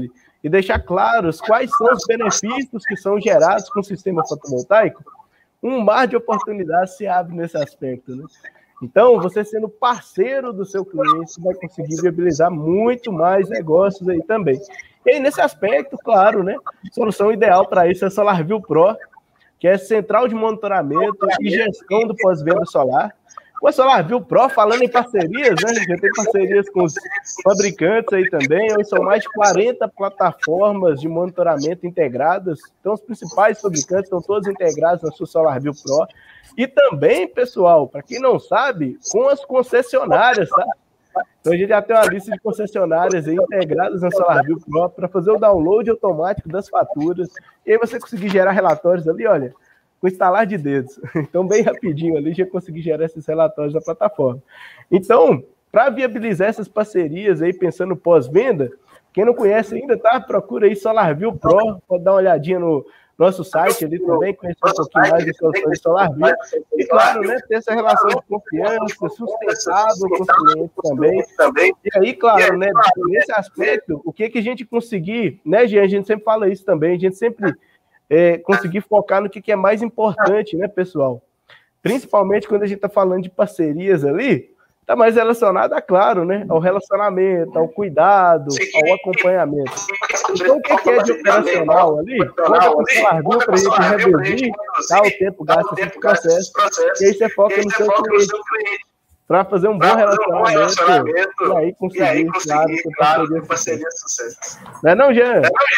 e deixar claros quais são os benefícios que são gerados com o sistema fotovoltaico, um mar de oportunidades se abre nesse aspecto, né? Então, você sendo parceiro do seu cliente, vai conseguir viabilizar muito mais negócios aí também. E aí, nesse aspecto, claro, né? Solução ideal para isso é a SolarView Pro, que é central de monitoramento e gestão do pós-venda solar. O SolarView Pro, falando em parcerias, né? Já tem parcerias com os fabricantes aí também. Hoje são mais de 40 plataformas de monitoramento integradas. Então, os principais fabricantes estão todos integrados na sua SolarView Pro. E também, pessoal, para quem não sabe, com as concessionárias, tá? Então, a gente já tem uma lista de concessionárias aí integradas na SolarView Pro para fazer o download automático das faturas. E aí você conseguir gerar relatórios ali, olha, com instalar de dedos. Então, bem rapidinho ali, já consegui gerar esses relatórios na plataforma. Então, para viabilizar essas parcerias aí, pensando pós-venda, quem não conhece ainda, tá? Procura aí SolarView Pro, pode dar uma olhadinha no nosso site ali também, conhecer um pouquinho mais de soluções de SolarView. E, claro, né, ter essa relação de confiança, sustentável com os clientes também. E aí, claro, né, nesse aspecto, o que a gente conseguir, né, Jean, a gente sempre fala isso também, a gente sempre conseguir focar no que é mais importante, né, pessoal? Principalmente quando a gente está falando de parcerias ali, está mais relacionado, claro, né, ao relacionamento, ao cuidado, ao acompanhamento. Então, o que é de operacional ali? Conta com o SolarView para a gente reduzir o tempo gasto nesse processo, e aí você foca no seu cliente para fazer um bom relacionamento e aí conseguir, claro, ter parceria de sucesso. Não é não, Jean?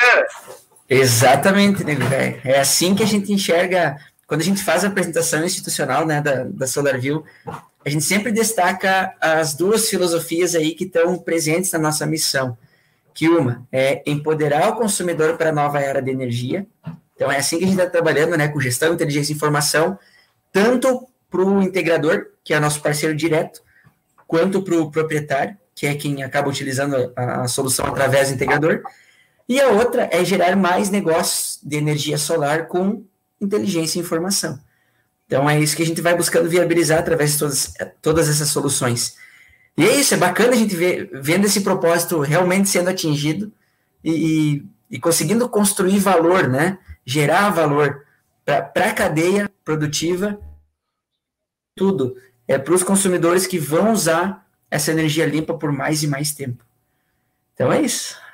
Exatamente, né, velho? É assim que a gente enxerga, quando a gente faz a apresentação institucional, né, da SolarView, a gente sempre destaca as duas filosofias aí que estão presentes na nossa missão, que uma é empoderar o consumidor para a nova era de energia. Então, é assim que a gente está trabalhando, né, com gestão, inteligência e informação, tanto para o integrador, que é nosso parceiro direto, quanto para o proprietário, que é quem acaba utilizando a solução através do integrador. E a outra é gerar mais negócios de energia solar com inteligência e informação. Então, é isso que a gente vai buscando viabilizar através de todas essas soluções. E é isso, é bacana a gente vendo esse propósito realmente sendo atingido e conseguindo construir valor, né? Gerar valor para a cadeia produtiva, tudo. É para os consumidores que vão usar essa energia limpa por mais e mais tempo. Então, é isso.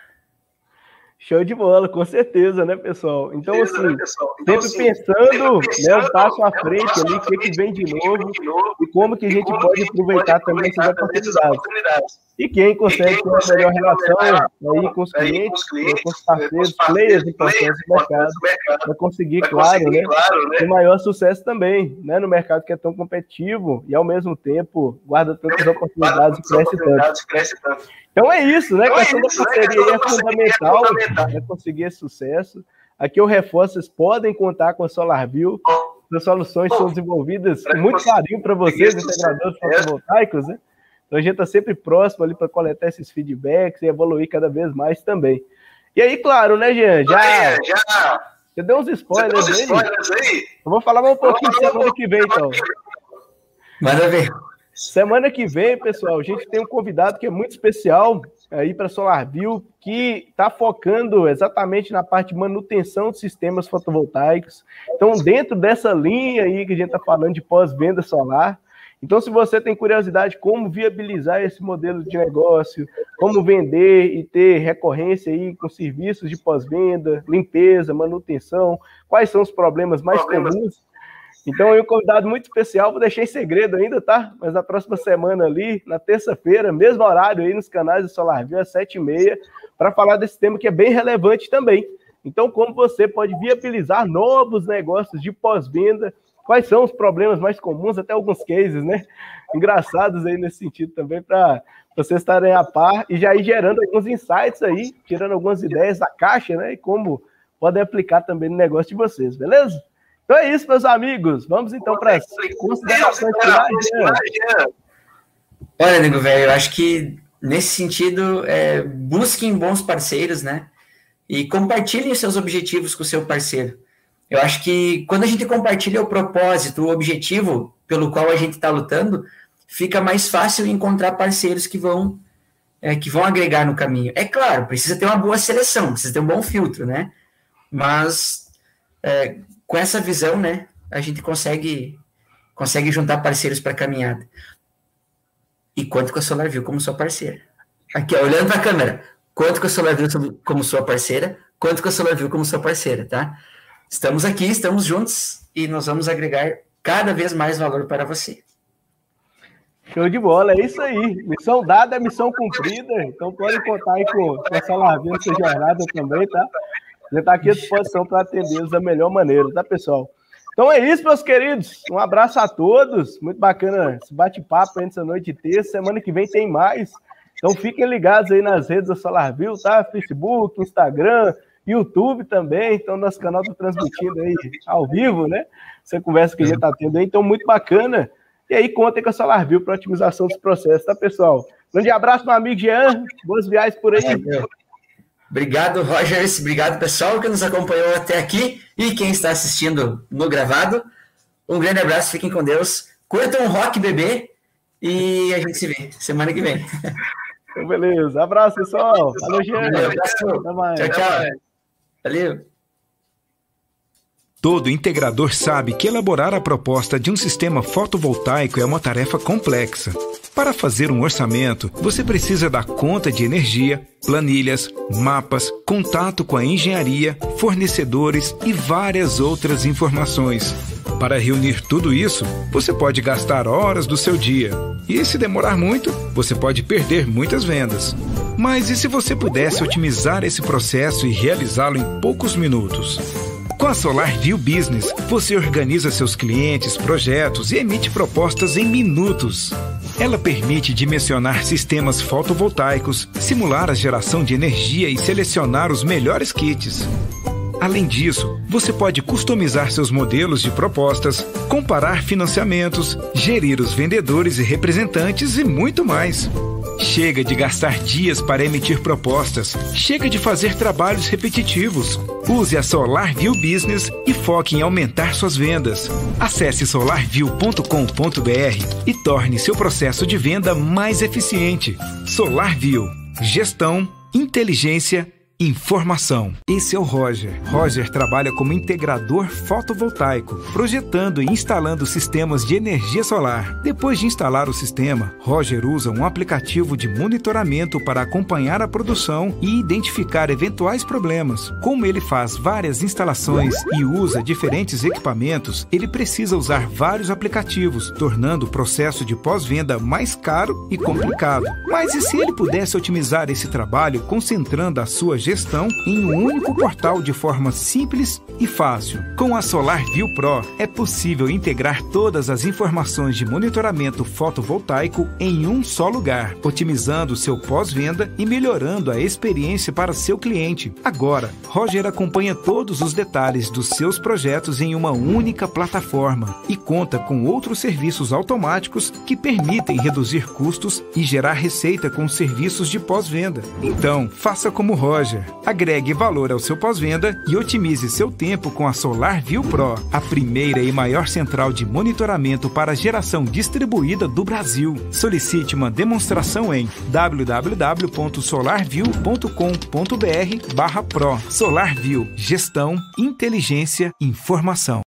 Show de bola, com certeza, né, pessoal? Então, assim, sempre pensando, né, um passo à frente ali, o que vem de novo e como que a gente pode aproveitar também essas oportunidades. E quem consegue ter uma melhor relação aí com os clientes, com os parceiros, players importantes do mercado, vai conseguir, claro, né, ter maior sucesso também, né, no mercado que é tão competitivo e, ao mesmo tempo, guarda tantas oportunidades e cresce tanto. Então é isso, né? A questão da parceria é fundamental para conseguir esse sucesso. Aqui eu reforço, vocês podem contar com a SolarView. As soluções são desenvolvidas com muito carinho para vocês, integradores fotovoltaicos, né? Então a gente está sempre próximo ali para coletar esses feedbacks e evoluir cada vez mais também. E aí, claro, né, Jean? Você deu uns spoilers aí? Eu vou falar um pouquinho semana que vem, então. Manda ver. Semana que vem, pessoal, a gente tem um convidado que é muito especial aí para a SolarView, que está focando exatamente na parte de manutenção de sistemas fotovoltaicos. Então, dentro dessa linha aí que a gente está falando de pós-venda solar, então, se você tem curiosidade como viabilizar esse modelo de negócio, como vender e ter recorrência aí com serviços de pós-venda, limpeza, manutenção, quais são os problemas mais comuns, então, é um convidado muito especial, vou deixar em segredo ainda, tá? Mas na próxima semana ali, na terça-feira, mesmo horário aí nos canais do SolarView, às 7h30, para falar desse tema que é bem relevante também. Então, como você pode viabilizar novos negócios de pós-venda, quais são os problemas mais comuns, até alguns cases, né? Engraçados aí nesse sentido também, para vocês estarem a par e já ir gerando alguns insights aí, tirando algumas ideias da caixa, né? E como podem aplicar também no negócio de vocês, beleza? Então é isso, meus amigos. Vamos então para as considerações finais. Olha, nego velho, eu acho que nesse sentido, busquem bons parceiros, né? E compartilhem os seus objetivos com o seu parceiro. Eu acho que quando a gente compartilha o propósito, o objetivo pelo qual a gente está lutando, fica mais fácil encontrar parceiros que vão que vão agregar no caminho. É claro, precisa ter uma boa seleção, precisa ter um bom filtro, né? Mas com essa visão, né, a gente consegue juntar parceiros para a caminhada. E conto com a SolarView como sua parceira. Aqui, ó, olhando para a câmera, conto com a SolarView como sua parceira, conto com a SolarView como sua parceira, tá? Estamos aqui, estamos juntos e nós vamos agregar cada vez mais valor para você. Show de bola, é isso aí. Missão dada, missão cumprida. Então pode contar aí com a SolarView nessa jornada também, tá? Já está aqui à disposição para atendê-los da melhor maneira, tá, pessoal? Então é isso, meus queridos. Um abraço a todos. Muito bacana esse bate-papo aí nessa noite de terça. Semana que vem tem mais. Então fiquem ligados aí nas redes da SolarView, tá? Facebook, Instagram, YouTube também. Então nosso canal está transmitindo aí ao vivo, né? Essa conversa que a gente está tendo aí. Então muito bacana. E aí contem com a SolarView para otimização dos processos, tá, pessoal? Grande abraço, meu amigo Jean. Boas viagens por aí. Obrigado, Rogers. Obrigado, pessoal, que nos acompanhou até aqui e quem está assistindo no gravado. Um grande abraço, fiquem com Deus. Curtam o Rock Bebê e a gente se vê semana que vem. Beleza. Abraço, pessoal. Valeu, Jean. Até mais. Tchau, tchau. Valeu. Todo integrador sabe que elaborar a proposta de um sistema fotovoltaico é uma tarefa complexa. Para fazer um orçamento, você precisa dar conta de energia, planilhas, mapas, contato com a engenharia, fornecedores e várias outras informações. Para reunir tudo isso, você pode gastar horas do seu dia. E se demorar muito, você pode perder muitas vendas. Mas e se você pudesse otimizar esse processo e realizá-lo em poucos minutos? Com a SolarView Business, você organiza seus clientes, projetos e emite propostas em minutos. Ela permite dimensionar sistemas fotovoltaicos, simular a geração de energia e selecionar os melhores kits. Além disso, você pode customizar seus modelos de propostas, comparar financiamentos, gerir os vendedores e representantes e muito mais. Chega de gastar dias para emitir propostas. Chega de fazer trabalhos repetitivos. Use a SolarView Business e foque em aumentar suas vendas. Acesse solarview.com.br e torne seu processo de venda mais eficiente. SolarView. Gestão, inteligência, informação. Esse é o Roger. Roger trabalha como integrador fotovoltaico, projetando e instalando sistemas de energia solar. Depois de instalar o sistema, Roger usa um aplicativo de monitoramento para acompanhar a produção e identificar eventuais problemas. Como ele faz várias instalações e usa diferentes equipamentos, ele precisa usar vários aplicativos, tornando o processo de pós-venda mais caro e complicado. Mas e se ele pudesse otimizar esse trabalho concentrando a sua gestão em um único portal de forma simples e fácil? Com a SolarView Pro, é possível integrar todas as informações de monitoramento fotovoltaico em um só lugar, otimizando seu pós-venda e melhorando a experiência para seu cliente. Agora, Roger acompanha todos os detalhes dos seus projetos em uma única plataforma e conta com outros serviços automáticos que permitem reduzir custos e gerar receita com serviços de pós-venda. Então, faça como Roger. Agregue valor ao seu pós-venda e otimize seu tempo com a SolarView Pro, a primeira e maior central de monitoramento para geração distribuída do Brasil. Solicite uma demonstração em www.solarview.com.br/pro. SolarView. Gestão, inteligência, informação.